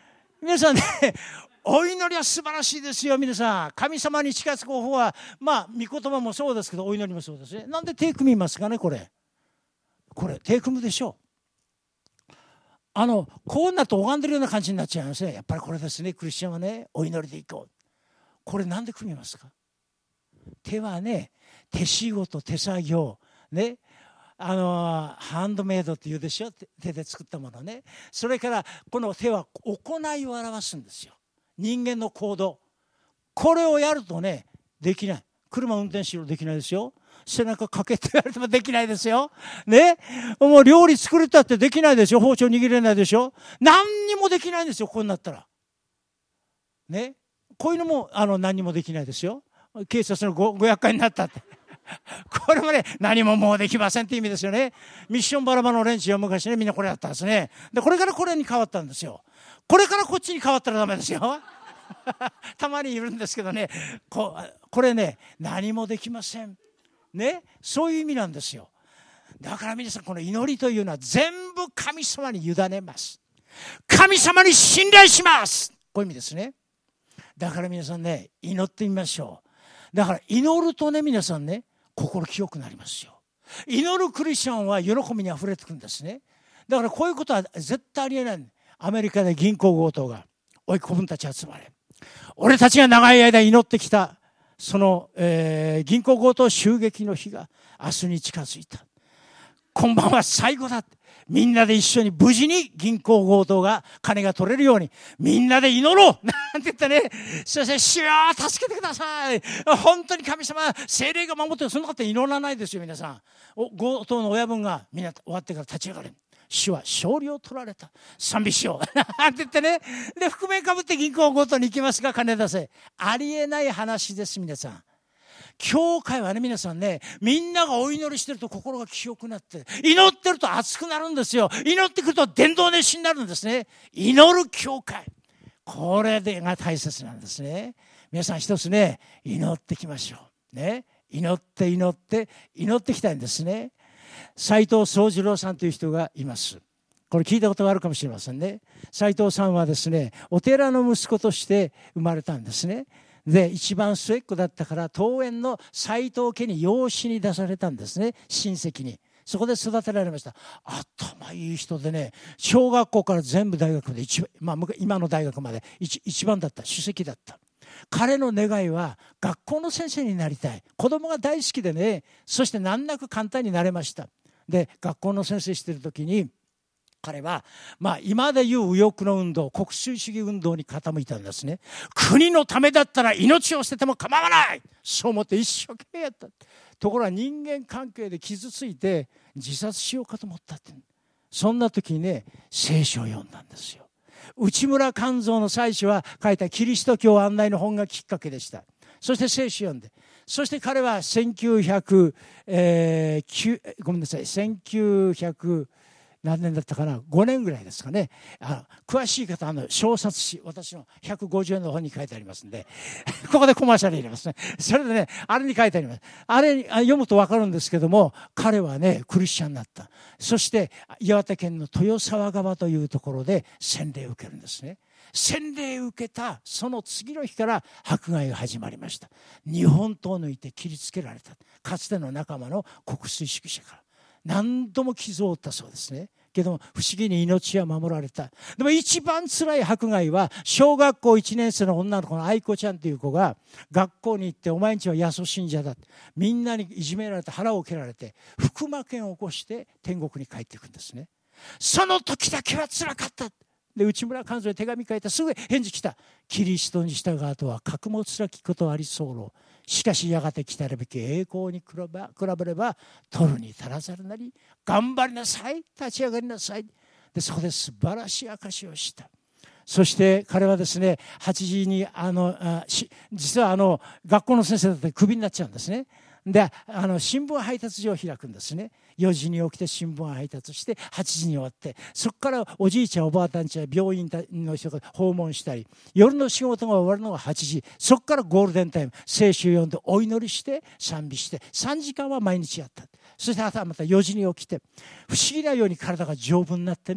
皆さんね、お祈りは素晴らしいですよ。皆さん、神様に近づく方法は、まあ、御言葉もそうですけど、お祈りもそうですね。なんで手組みますかね、これ。これ、手組むでしょう。あの、こうなると拝んでるような感じになっちゃいますね。やっぱりこれですね、クリスチャンはね、お祈りでいこう。これなんで組みますか？手はね、手仕事、手作業、ね、あのハンドメイドって言うでしょ、手で作ったものね。それからこの手は行いを表すんですよ。人間の行動、これをやるとね、できない。車運転しろできないですよ。背中かけって言われてもできないですよ。ね、もう料理作りたってできないですよ。包丁握れないでしょ。何にもできないんですよ、こうなったら。ね、こういうのもあの何にもできないですよ。警察の ご, ご厄介になったって。これもね、何ももうできませんって意味ですよね。ミッションバラバの連中は昔ね、みんなこれやったんですね。で、これからこれに変わったんですよ。これからこっちに変わったらダメですよ。たまにいるんですけどね、こ, これね、何もできません。ね、そういう意味なんですよ。だから皆さん、この祈りというのは全部神様に委ねます。神様に信頼します。こういう意味ですね。だから皆さんね、祈ってみましょう。だから祈るとね、皆さんね、心清くなりますよ。祈るクリスチャンは喜びにあふれてくるんですね。だからこういうことは絶対ありえない。アメリカで銀行強盗が、おい子分たち集まれ。俺たちが長い間祈ってきたその、えー、銀行強盗襲撃の日が明日に近づいた。今晩は最後だ。みんなで一緒に無事に銀行強盗が金が取れるようにみんなで祈ろうなんて言ってね、そして主よ助けてください、本当に神様聖霊が守ってる。そんなこと祈らないですよ。皆さん、お強盗の親分がみんな終わってから立ち上がれ。主は勝利を取られた。賛美しようなんて言ってね、で覆面かぶって銀行強盗に行きますが金出せ。ありえない話です。皆さん、教会はね、皆さんね、みんながお祈りしてると心が清くなって、祈ってると熱くなるんですよ。祈ってくると伝道熱心になるんですね。祈る教会、これが大切なんですね。皆さん一つね、祈ってきましょうね。祈って祈って祈ってきたいんですね。斉藤宗次郎さんという人がいます。これ聞いたことがあるかもしれませんね。斉藤さんはですね、お寺の息子として生まれたんですね。で、一番末っ子だったから桃園の斉藤家に養子に出されたんですね。親戚に。そこで育てられました。頭いい人でね、小学校から全部大学まで一番、まあ、今の大学まで 一, 一番だった、首席だった。彼の願いは学校の先生になりたい。子供が大好きでね、そして難なく簡単になれました。で、学校の先生してる時に彼は、まあ、今でいう右翼の運動、国粋主義運動に傾いたんですね。国のためだったら命を捨てても構わない、そう思って一生懸命やった。ところが人間関係で傷ついて自殺しようかと思ったって。そんな時にね、聖書を読んだんですよ。内村勘三の祭司は書いたキリスト教案内の本がきっかけでした。そして聖書を読んで、そして彼はせんきゅうひゃく、えー、ごめんなさいせんきゅうひゃく何年だったかな、ごねんぐらいですかね。あ詳しい方、あの小冊子、私のひゃくごじゅうえんの本に書いてありますんでここでコマーシャル入れますね。それでね、あれに書いてあります。あれ読むと分かるんですけども、彼はねクリスチャンになった。そして岩手県の豊沢川というところで洗礼を受けるんですね。洗礼を受けたその次の日から迫害が始まりました。日本刀を抜いて切りつけられた。かつての仲間の国粋主義者から何度も傷を負ったそうですね。けども不思議に命は守られた。でも一番辛い迫害は小学校いちねん生の女の子の愛子ちゃんという子が学校に行って、お前んちは耶稣信者だ、みんなにいじめられて腹を蹴られて腹魔剣を起こして天国に帰っていくんですね。その時だけは辛かった。で、内村勘三に手紙書いた。すぐ返事来た。キリストに従うとは格も辛きことあり候。しかしやがて来たるべき栄光に比べ比べれば取るに足らざるなり。頑張りなさい、立ち上がりなさい。で、そこで素晴らしい証しをした。そして彼はですね、はちじにあのあし実はあの学校の先生だってクビになっちゃうんですね。で、あの新聞配達所を開くんですね。よじに起きて新聞配達してはちじに終わって、そこからおじいちゃんおばあちゃんちや病院の人が訪問したり、夜の仕事が終わるのがはちじ、そこからゴールデンタイム、聖書を読んでお祈りして賛美してさんじかんは毎日やった。そしてあとはまたよじに起きて、不思議なように体が丈夫になってね、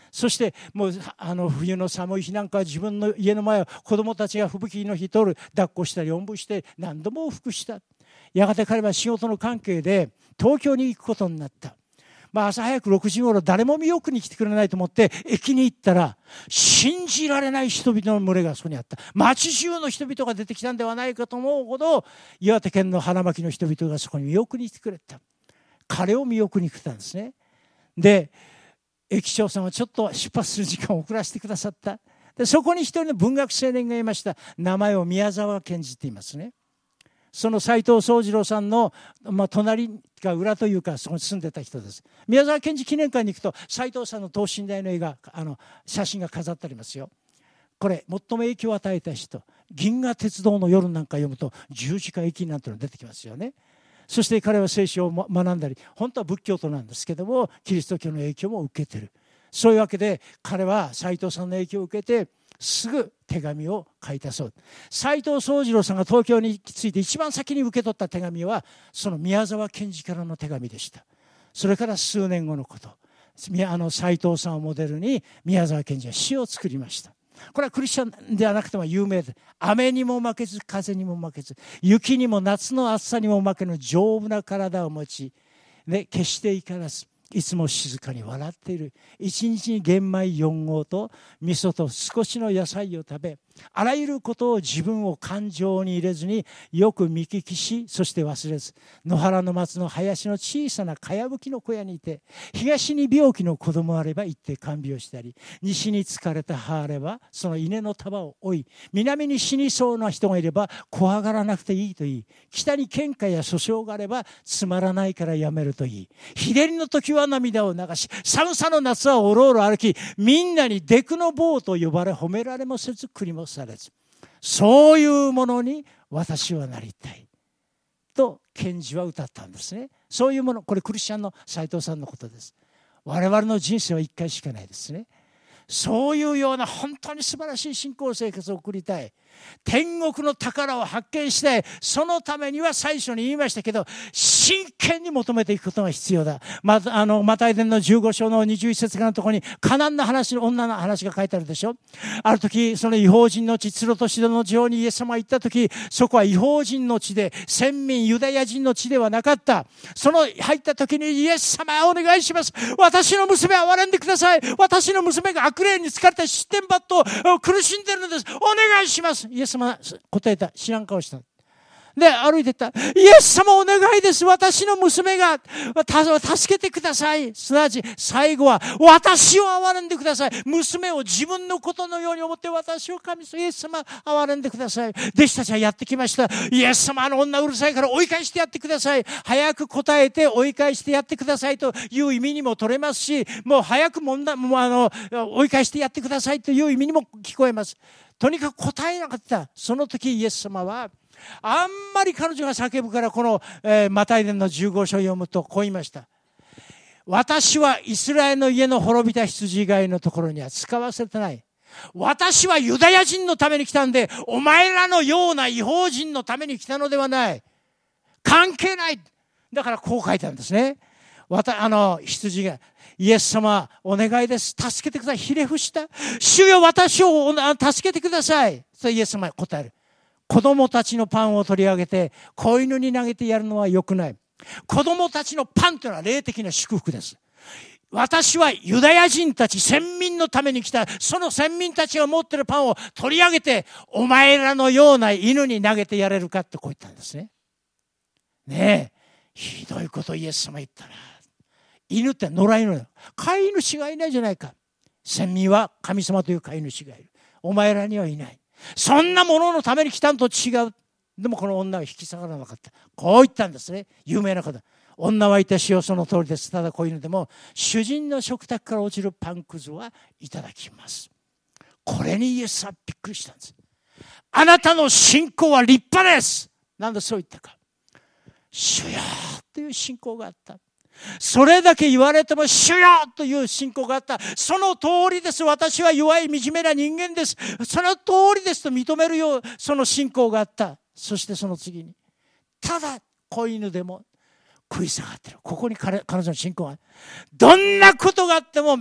そしてもうあの冬の寒い日なんかは自分の家の前を子供たちが吹雪の日通る抱っこしたりおんぶして何度も往復した。やがて彼は仕事の関係で東京に行くことになった。まあ、朝早くろくじごろ誰も見送りに来てくれないと思って駅に行ったら信じられない人々の群れがそこにあった。町中の人々が出てきたんではないかと思うほど岩手県の花巻の人々がそこに見送りに来てくれた。彼を見送りに来たんですね。で駅長さんはちょっと出発する時間を遅らせてくださった。でそこに一人の文学青年がいました。名前を宮沢賢治って言いますね。その斉藤宗次郎さんの、まあ、隣か裏というかそこに住んでた人です。宮沢賢治記念館に行くと斉藤さんの等身大の絵があの写真が飾ってありますよ。これ最も影響を与えた人、銀河鉄道の夜なんか読むと十字架駅なんてのが出てきますよね。そして彼は聖書を学んだり、本当は仏教徒なんですけどもキリスト教の影響も受けてる。そういうわけで彼は斉藤さんの影響を受けてすぐ手紙を書いたそう。斉藤宗次郎さんが東京に着いて一番先に受け取った手紙はその宮沢賢治からの手紙でした。それから数年後のこと、あの斉藤さんをモデルに宮沢賢治は詩を作りました。これはクリスチャンではなくても有名で、雨にも負けず風にも負けず雪にも夏の暑さにも負けぬ丈夫な体を持ち、ね、決して怒らずいつも静かに笑っている。一日に玄米よん合と味噌と少しの野菜を食べ、あらゆることを自分を感情に入れずによく見聞きし、そして忘れず野原の松の林の小さなかやぶきの小屋にいて、東に病気の子供あれば行って看病したり、西に疲れた母あればその稲の束を追い、南に死にそうな人がいれば怖がらなくていいと言い、北に喧嘩や訴訟があればつまらないからやめると言い、日照りの時は涙を流し、寒さの夏はおろおろ歩き、みんなにデクの坊と呼ばれ褒められもせず栗もされず、そういうものに私はなりたいと賢治は歌ったんですね。そういうもの、これクリスチャンの斉藤さんのことです。我々の人生は一回しかないですね。そういうような本当に素晴らしい信仰生活を送りたい、天国の宝を発見したい。そのためには最初に言いましたけど、真剣に求めていくことが必要だ。まあのマタイ伝のじゅうご章のにじゅういち節のところにカナンの話の女の話が書いてあるでしょ。ある時その異邦人の地ツロとシドの地方にイエス様が行った時、そこは異邦人の地で先民ユダヤ人の地ではなかった。その入った時にイエス様お願いします、私の娘は憐れんでください、私の娘が悪霊に疲れて失点抜刀苦しんでるのです、お願いします。イエス様は答えた。知らん顔した。で歩いてった。イエス様お願いです、私の娘が助けてください。すなわち最後は私を憐れんでください。娘を自分のことのように思って私を神様イエス様憐れんでください。弟子たちはやってきました。イエス様あの女うるさいから追い返してやってください。早く答えて追い返してやってくださいという意味にも取れますし、もう早く問題もうあの追い返してやってくださいという意味にも聞こえます。とにかく答えなかった。その時イエス様はあんまり彼女が叫ぶからこの、えー、マタイ伝のじゅうご章を読むとこう言いました。私はイスラエルの家の滅びた羊以外のところには使わせてない。私はユダヤ人のために来たんで、お前らのような異邦人のために来たのではない。関係ない。だからこう書いたんですね。わたあの羊がイエス様お願いです、助けてください。ひれ伏した。主よ私を助けてください。それイエス様が答える。子供たちのパンを取り上げて子犬に投げてやるのは良くない。子供たちのパンというのは霊的な祝福です。私はユダヤ人たち先民のために来た。その先民たちが持っているパンを取り上げてお前らのような犬に投げてやれるかってこう言ったんですね。ねえ、ひどいことイエス様言ったな。犬って野良犬だよ。飼い主がいないじゃないか。先民は神様という飼い主がいる。お前らにはいない。そんなもののために来たんと違う。でもこの女は引き下がらなかった。こう言ったんですね。有名な方。女はいたしよその通りです。ただ子犬でも主人の食卓から落ちるパンくずはいただきます。これにイエスはびっくりしたんです。あなたの信仰は立派です。なんでそう言ったか。主よという信仰があった。それだけ言われても主よという信仰があった。その通りです。私は弱い惨めな人間です。その通りですと認めるようその信仰があった。そしてその次にただ子犬でも食い下がってる。ここに 彼, 彼女の信仰がどんなことがあっても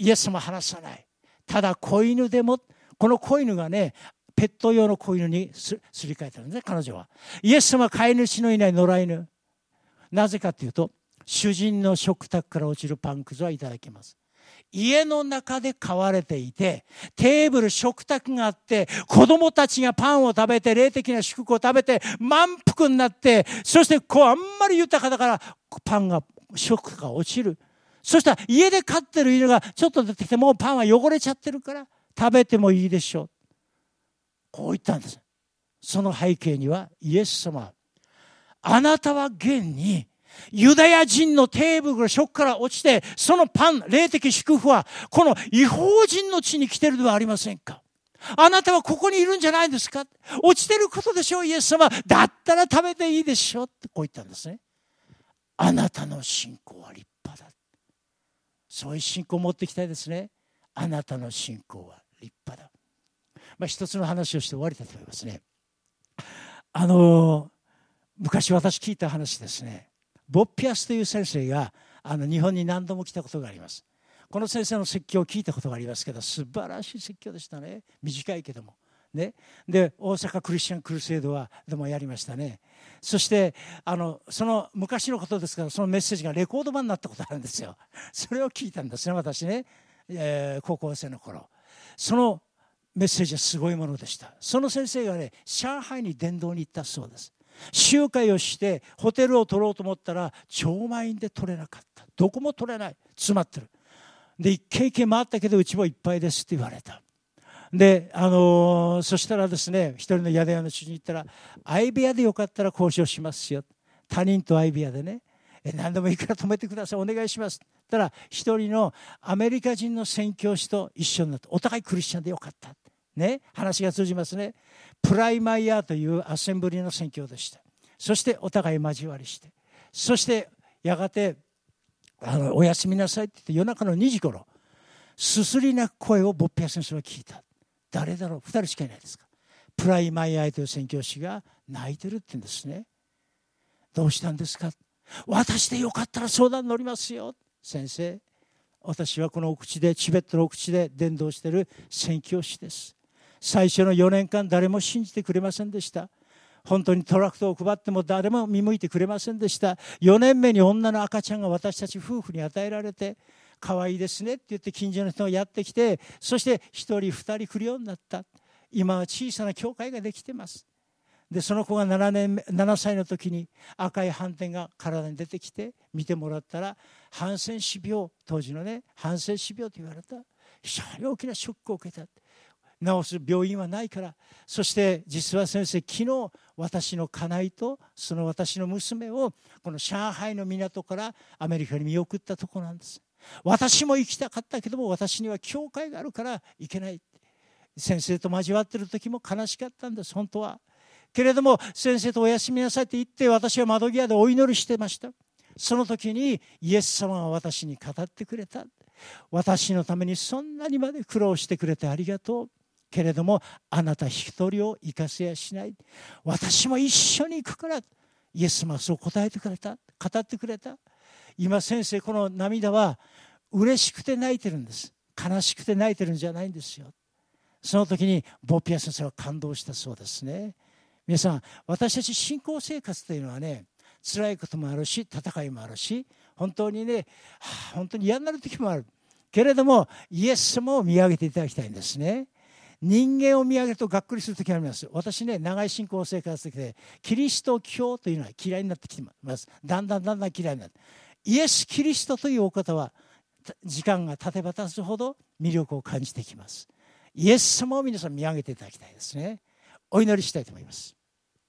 イエス様は話さない。ただ子犬でも、この子犬がね、ペット用の子犬にすり替えたんですね、彼女は。イエス様は飼い主のいない野良犬。なぜかというと、主人の食卓から落ちるパンくずはいただきます。家の中で飼われていて、テーブル、食卓があって、子供たちがパンを食べて、霊的な祝福を食べて、満腹になって、そしてこうあんまり豊かだから、パンが、食が落ちる。そしたら家で飼ってる犬がちょっと出てきて、もうパンは汚れちゃってるから、食べてもいいでしょう。こう言ったんです。その背景には、イエス様、あなたは現に、ユダヤ人のテーブルが食から落ちて、そのパン、霊的祝福は、この異邦人の地に来てるではありませんか。あなたはここにいるんじゃないですか。落ちてることでしょう、イエス様。だったら食べていいでしょう。ってこう言ったんですね。あなたの信仰は立派だ。そういう信仰を持っていきたいですね。あなたの信仰は立派だ。まあ、一つの話をして終わりたいと思いますね。あの、昔私聞いた話ですね。ボッピアスという先生があの日本に何度も来たことがあります。この先生の説教を聞いたことがありますけど、素晴らしい説教でしたね。短いけども。ね、で大阪クリスチャンクルセイドはでもやりましたね。そしてあのその昔のことですから、そのメッセージがレコード版になったことあるんですよ。それを聞いたんですね、私ね、えー、高校生の頃。そのメッセージはすごいものでした。その先生がね、上海に伝道に行ったそうです。集会をしてホテルを取ろうと思ったら超満員で取れなかった。どこも取れない、詰まってる。で一軒一軒回ったけどうちもいっぱいですって言われた。で、あのー、そしたらですね、一人の宿屋の主人に言ったら、相部屋でよかったら交渉しますよ。他人と相部屋でね、え何でもいいから止めてください、お願いします。って言ったら、一人のアメリカ人の宣教師と一緒になって、お互いクリスチャンでよかった。ね、話が通じますね。プライマイヤーというアッセンブリの宣教でした。そしてお互い交わりして、そしてやがて、あのおやすみなさいって言って夜中のにじ頃、すすり泣く声をボッピア先生は聞いた。誰だろう、ふたりしかいないですか。プライマイアイという宣教師が泣いてるって言うんですね。どうしたんですか。私でよかったら相談乗りますよ。先生、私はこの奥地で、チベットの奥地で伝道している宣教師です。最初のよねんかん誰も信じてくれませんでした。本当にトラクトを配っても誰も見向いてくれませんでした。よねんめに女の赤ちゃんが私たち夫婦に与えられて、可愛いですねって言って近所の人がやってきて、そして一人二人来るようになった。今は小さな教会ができてます。でその子がななねんめななさいの時に赤い斑点が体に出てきて見てもらったら、ハンセン氏病、当時のねハンセン氏病と言われた。非常に大きなショックを受けた。治す病院はないから。そして実は先生、昨日私の家内とその私の娘をこの上海の港からアメリカに見送ったところなんです。私も行きたかったけども、私には教会があるから行けない。先生と交わっている時も悲しかったんです、本当は。けれども先生とおやすみなさいって言って、私は窓際でお祈りしてました。その時にイエス様が私に語ってくれた。私のためにそんなにまで苦労してくれてありがとう。けれどもあなた一人を生かせやしない。私も一緒に行くから。イエス様はそう答えてくれた、語ってくれた。今先生、この涙は嬉しくて泣いてるんです。悲しくて泣いてるんじゃないんですよ。その時にボッピア先生は感動したそうですね。皆さん、私たち信仰生活というのはね、辛いこともあるし戦いもあるし、本当にね、はあ、本当に嫌になる時もあるけれども、イエス様を見上げていただきたいんですね。人間を見上げるとがっくりする時があります。私ね、長い信仰生活でキリスト教というのは嫌いになってきてます。だんだんだんだん嫌いになって、イエス・キリストというお方は時間が経てば経つほど魅力を感じてきます。イエス様を皆さん見上げていただきたいですね。お祈りしたいと思います。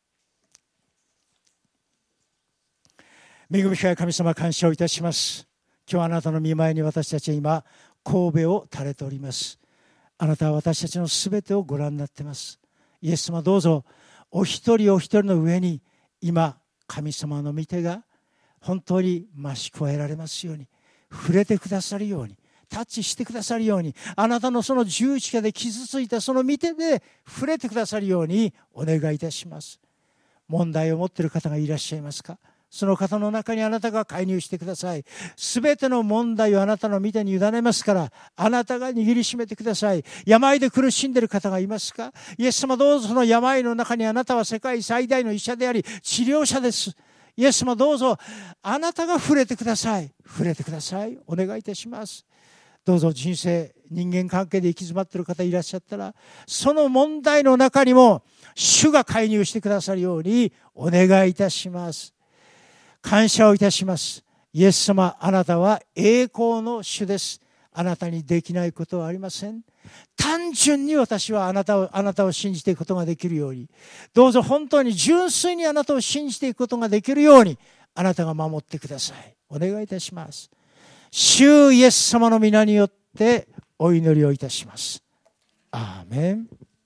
恵み深い神様、感謝をいたします。今日あなたの御前に私たちは今頭を垂れております。あなたは私たちのすべてをご覧になっています。イエス様、どうぞお一人お一人の上に今神様の御手が本当に増し加えられますように、触れてくださるように、タッチしてくださるように、あなたのその十字架で傷ついたその御手で触れてくださるようにお願いいたします。問題を持っている方がいらっしゃいますか。 その方の中にあなたが介入してください。すべての問題をあなたの御手に委ねますから、あなたが握りしめてください。病で苦しんでいる方がいますか？イエス様、どうぞその病の中にあなたは世界最大の医者であり治療者です。イエス様、どうぞあなたが触れてください。触れてください。お願いいたします。どうぞ人生、人間関係で行き詰まっている方いらっしゃったら、その問題の中にも主が介入してくださるようにお願いいたします。感謝をいたします。イエス様、あなたは栄光の主です。あなたにできないことはありません。単純に私はあなたを、あなたを信じていくことができるように、どうぞ本当に純粋にあなたを信じていくことができるように、あなたが守ってください。お願いいたします。主イエス様の皆によってお祈りをいたします。アーメン。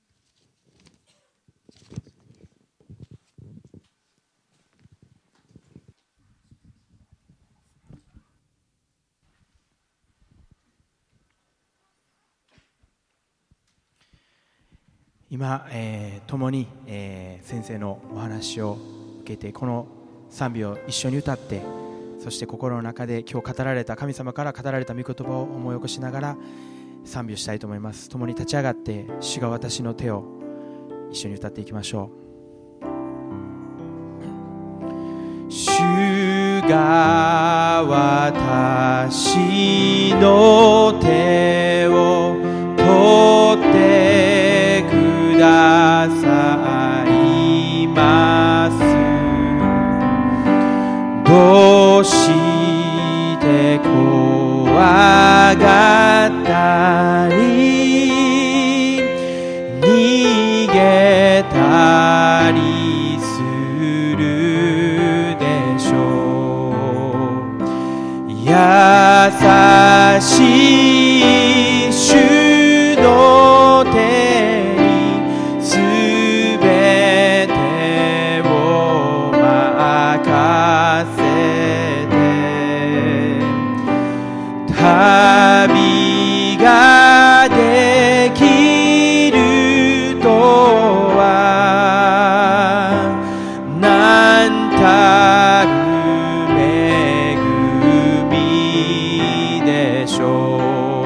今、えー、共に、えー、先生のお話を受けて、この賛美を一緒に歌って、そして心の中で今日語られた、神様から語られた御言葉を思い起こしながら賛美をしたいと思います。共に立ち上がって、主が私の手を一緒に歌っていきましょう。主が私の手を取ってくださいます。どうして怖がったり逃げたりするでしょう。優しい主の手にすべてを任せ旅ができるとはなんたる恵みでしょ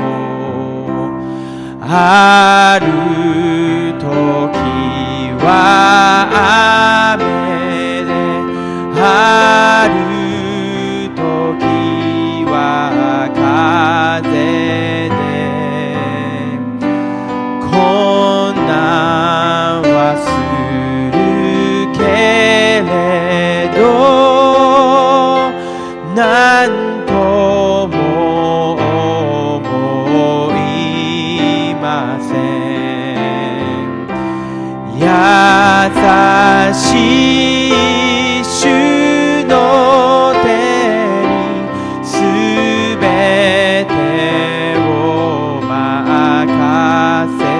う。ある時は雨で、ある時は風で、困難はするけれど、なんとも思いません。優しい主の手にすべてを任せ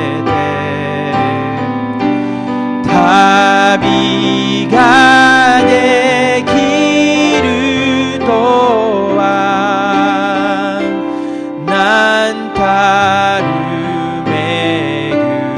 て、旅ができるとはなんたる恵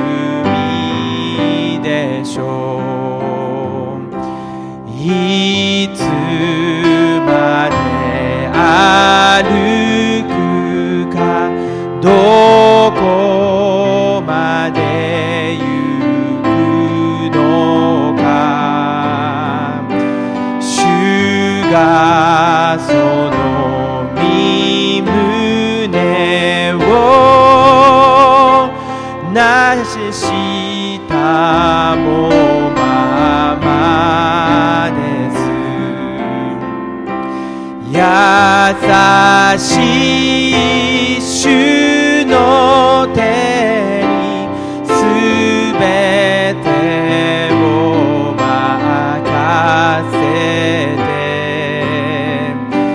みでしょう。いつまで歩くか、どこまで行くのか、主がその身胸をなししたもままです。優しい主の手にすべてを任せて、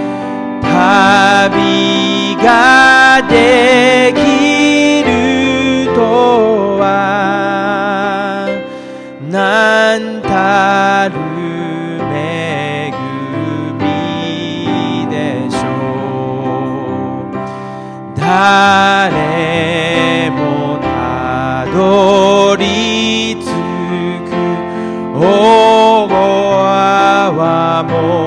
旅ができるとはなんたる恵みでしょう。誰もたどり着く大川も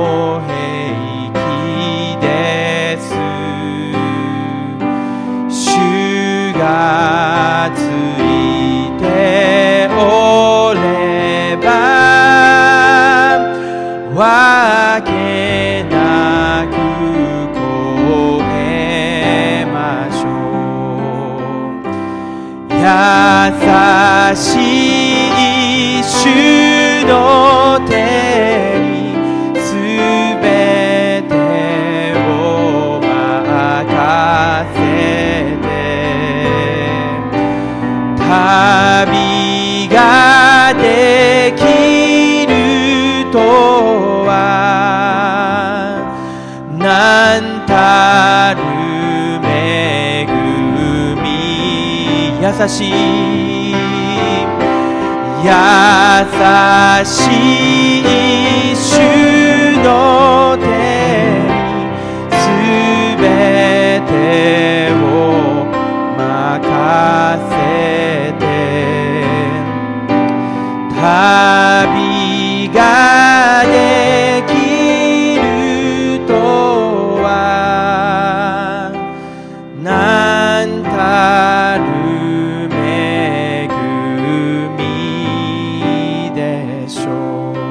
しい主の手にすべてを任せて、旅ができるとはなんたる恵み、優しい優しい主の手にすべてを任せて、旅ができるとはなんたる恵みでしょう。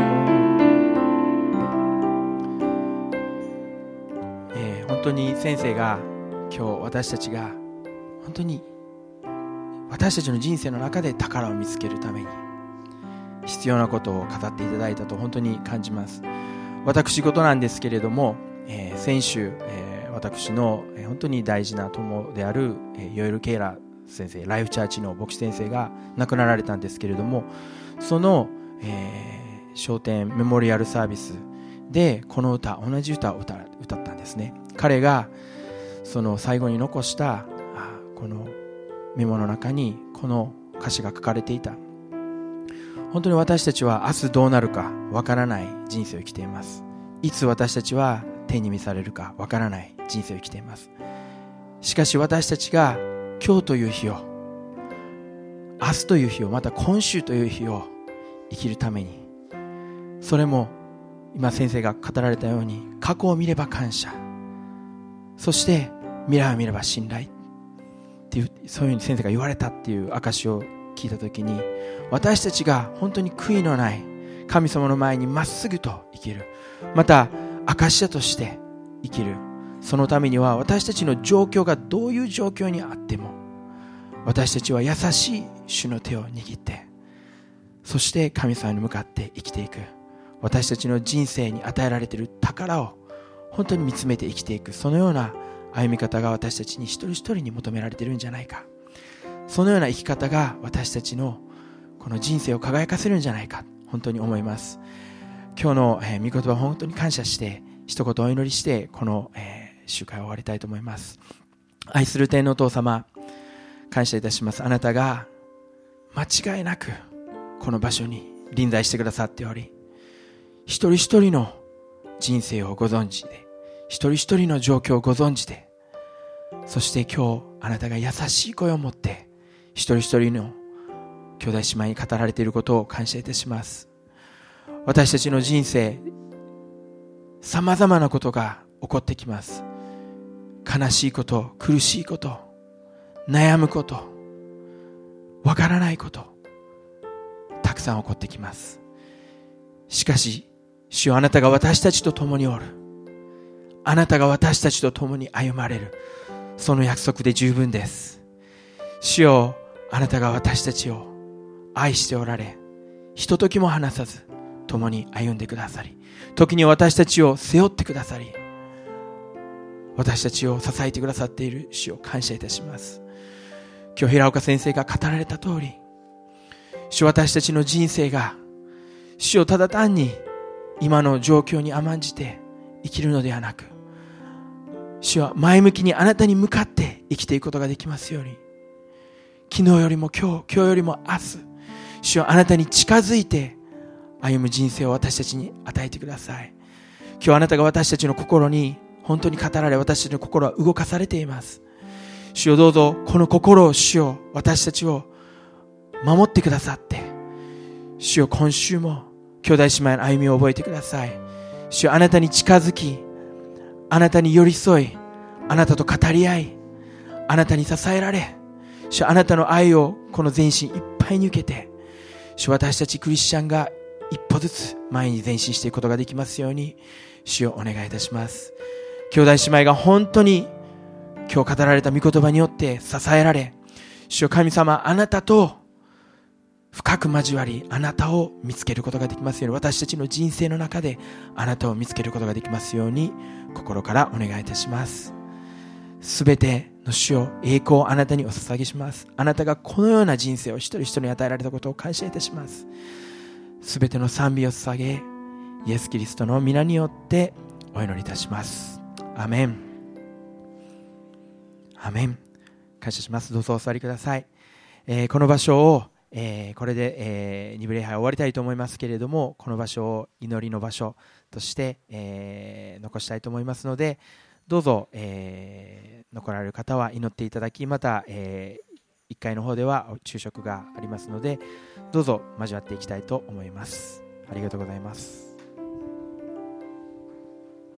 えー、本当に先生が今日私たちが本当に私たちの人生の中で宝を見つけるために必要なことを語っていただいたと本当に感じます。私事なんですけれども、えー、先週、えー、私の、えー、本当に大事な友である、えー、ヨエル・ケイラ先生、ライフチャーチの牧師先生が亡くなられたんですけれども、その、えー、昇天メモリアルサービスでこの歌、同じ歌を 歌, 歌ったんですね。彼がその最後に残したこのメモの中にこの歌詞が書かれていた。本当に私たちは明日どうなるかわからない人生を生きています。いつ私たちは天に召されるかわからない人生を生きています。しかし私たちが今日という日を、明日という日を、また今週という日を生きるために、それも今先生が語られたように過去を見れば感謝、そして未来を見れば信頼っていう、そういうふうに先生が言われたっていう証を聞いたときに、私たちが本当に悔いのない神様の前にまっすぐと生きる、また証者として生きる、そのためには私たちの状況がどういう状況にあっても、私たちは優しい主の手を握って、そして神様に向かって生きていく、私たちの人生に与えられている宝を本当に見つめて生きていく、そのような歩み方が私たちに一人一人に求められているんじゃないか。そのような生き方が私たちのこの人生を輝かせるんじゃないか、本当に思います。今日の、えー、御言葉を本当に感謝して一言お祈りしてこの、えー、集会を終わりたいと思います。愛する天のお父様、感謝いたします。あなたが間違いなくこの場所に臨在してくださっており、一人一人の人生をご存知で、一人一人の状況をご存知で、そして今日あなたが優しい声を持って一人一人の兄弟姉妹に語られていることを感謝いたします。私たちの人生、さまざまなことが起こってきます。悲しいこと、苦しいこと、悩むこと、わからないこと、たくさん起こってきます。しかし主よ、あなたが私たちと共におる、あなたが私たちと共に歩まれる、その約束で十分です。主よ、あなたが私たちを愛しておられ、ひとときも離さず共に歩んでくださり、時に私たちを背負ってくださり、私たちを支えてくださっている主を感謝いたします。今日平岡先生が語られた通り、主、私たちの人生が主をただ単に今の状況に甘んじて生きるのではなく、主は前向きにあなたに向かって生きていくことができますように、昨日よりも今日、今日よりも明日、主はあなたに近づいて歩む人生を私たちに与えてください。今日あなたが私たちの心に本当に語られ、私たちの心は動かされています。主よ、どうぞこの心を、主よ、私たちを守ってくださって、主よ、今週も兄弟姉妹の歩みを覚えてください。主よ、あなたに近づき、あなたに寄り添い、あなたと語り合い、あなたに支えられ、主よ、あなたの愛をこの全身いっぱいに受けて、主よ、私たちクリスチャンが一歩ずつ前に前進していくことができますように、主よ、お願いいたします。兄弟姉妹が本当に今日語られた御言葉によって支えられ、 主よ神様、あなたと深く交わり、あなたを見つけることができますように、私たちの人生の中であなたを見つけることができますように、心からお願いいたします。すべての主よ、栄光をあなたにお捧げします。あなたがこのような人生を一人一人に与えられたことを感謝いたします。すべての賛美を捧げ、イエス・キリストの皆によってお祈りいたします。アメン。アメン。感謝します。どうぞお座りください。えー、この場所を、えー、これで、えー、二部礼拝終わりたいと思いますけれども、この場所を祈りの場所として、えー、残したいと思いますので、どうぞ、えー、残られる方は祈っていただき、また、えー、いっかいの方では昼食がありますので、どうぞ交わっていきたいと思います。ありがとうございます。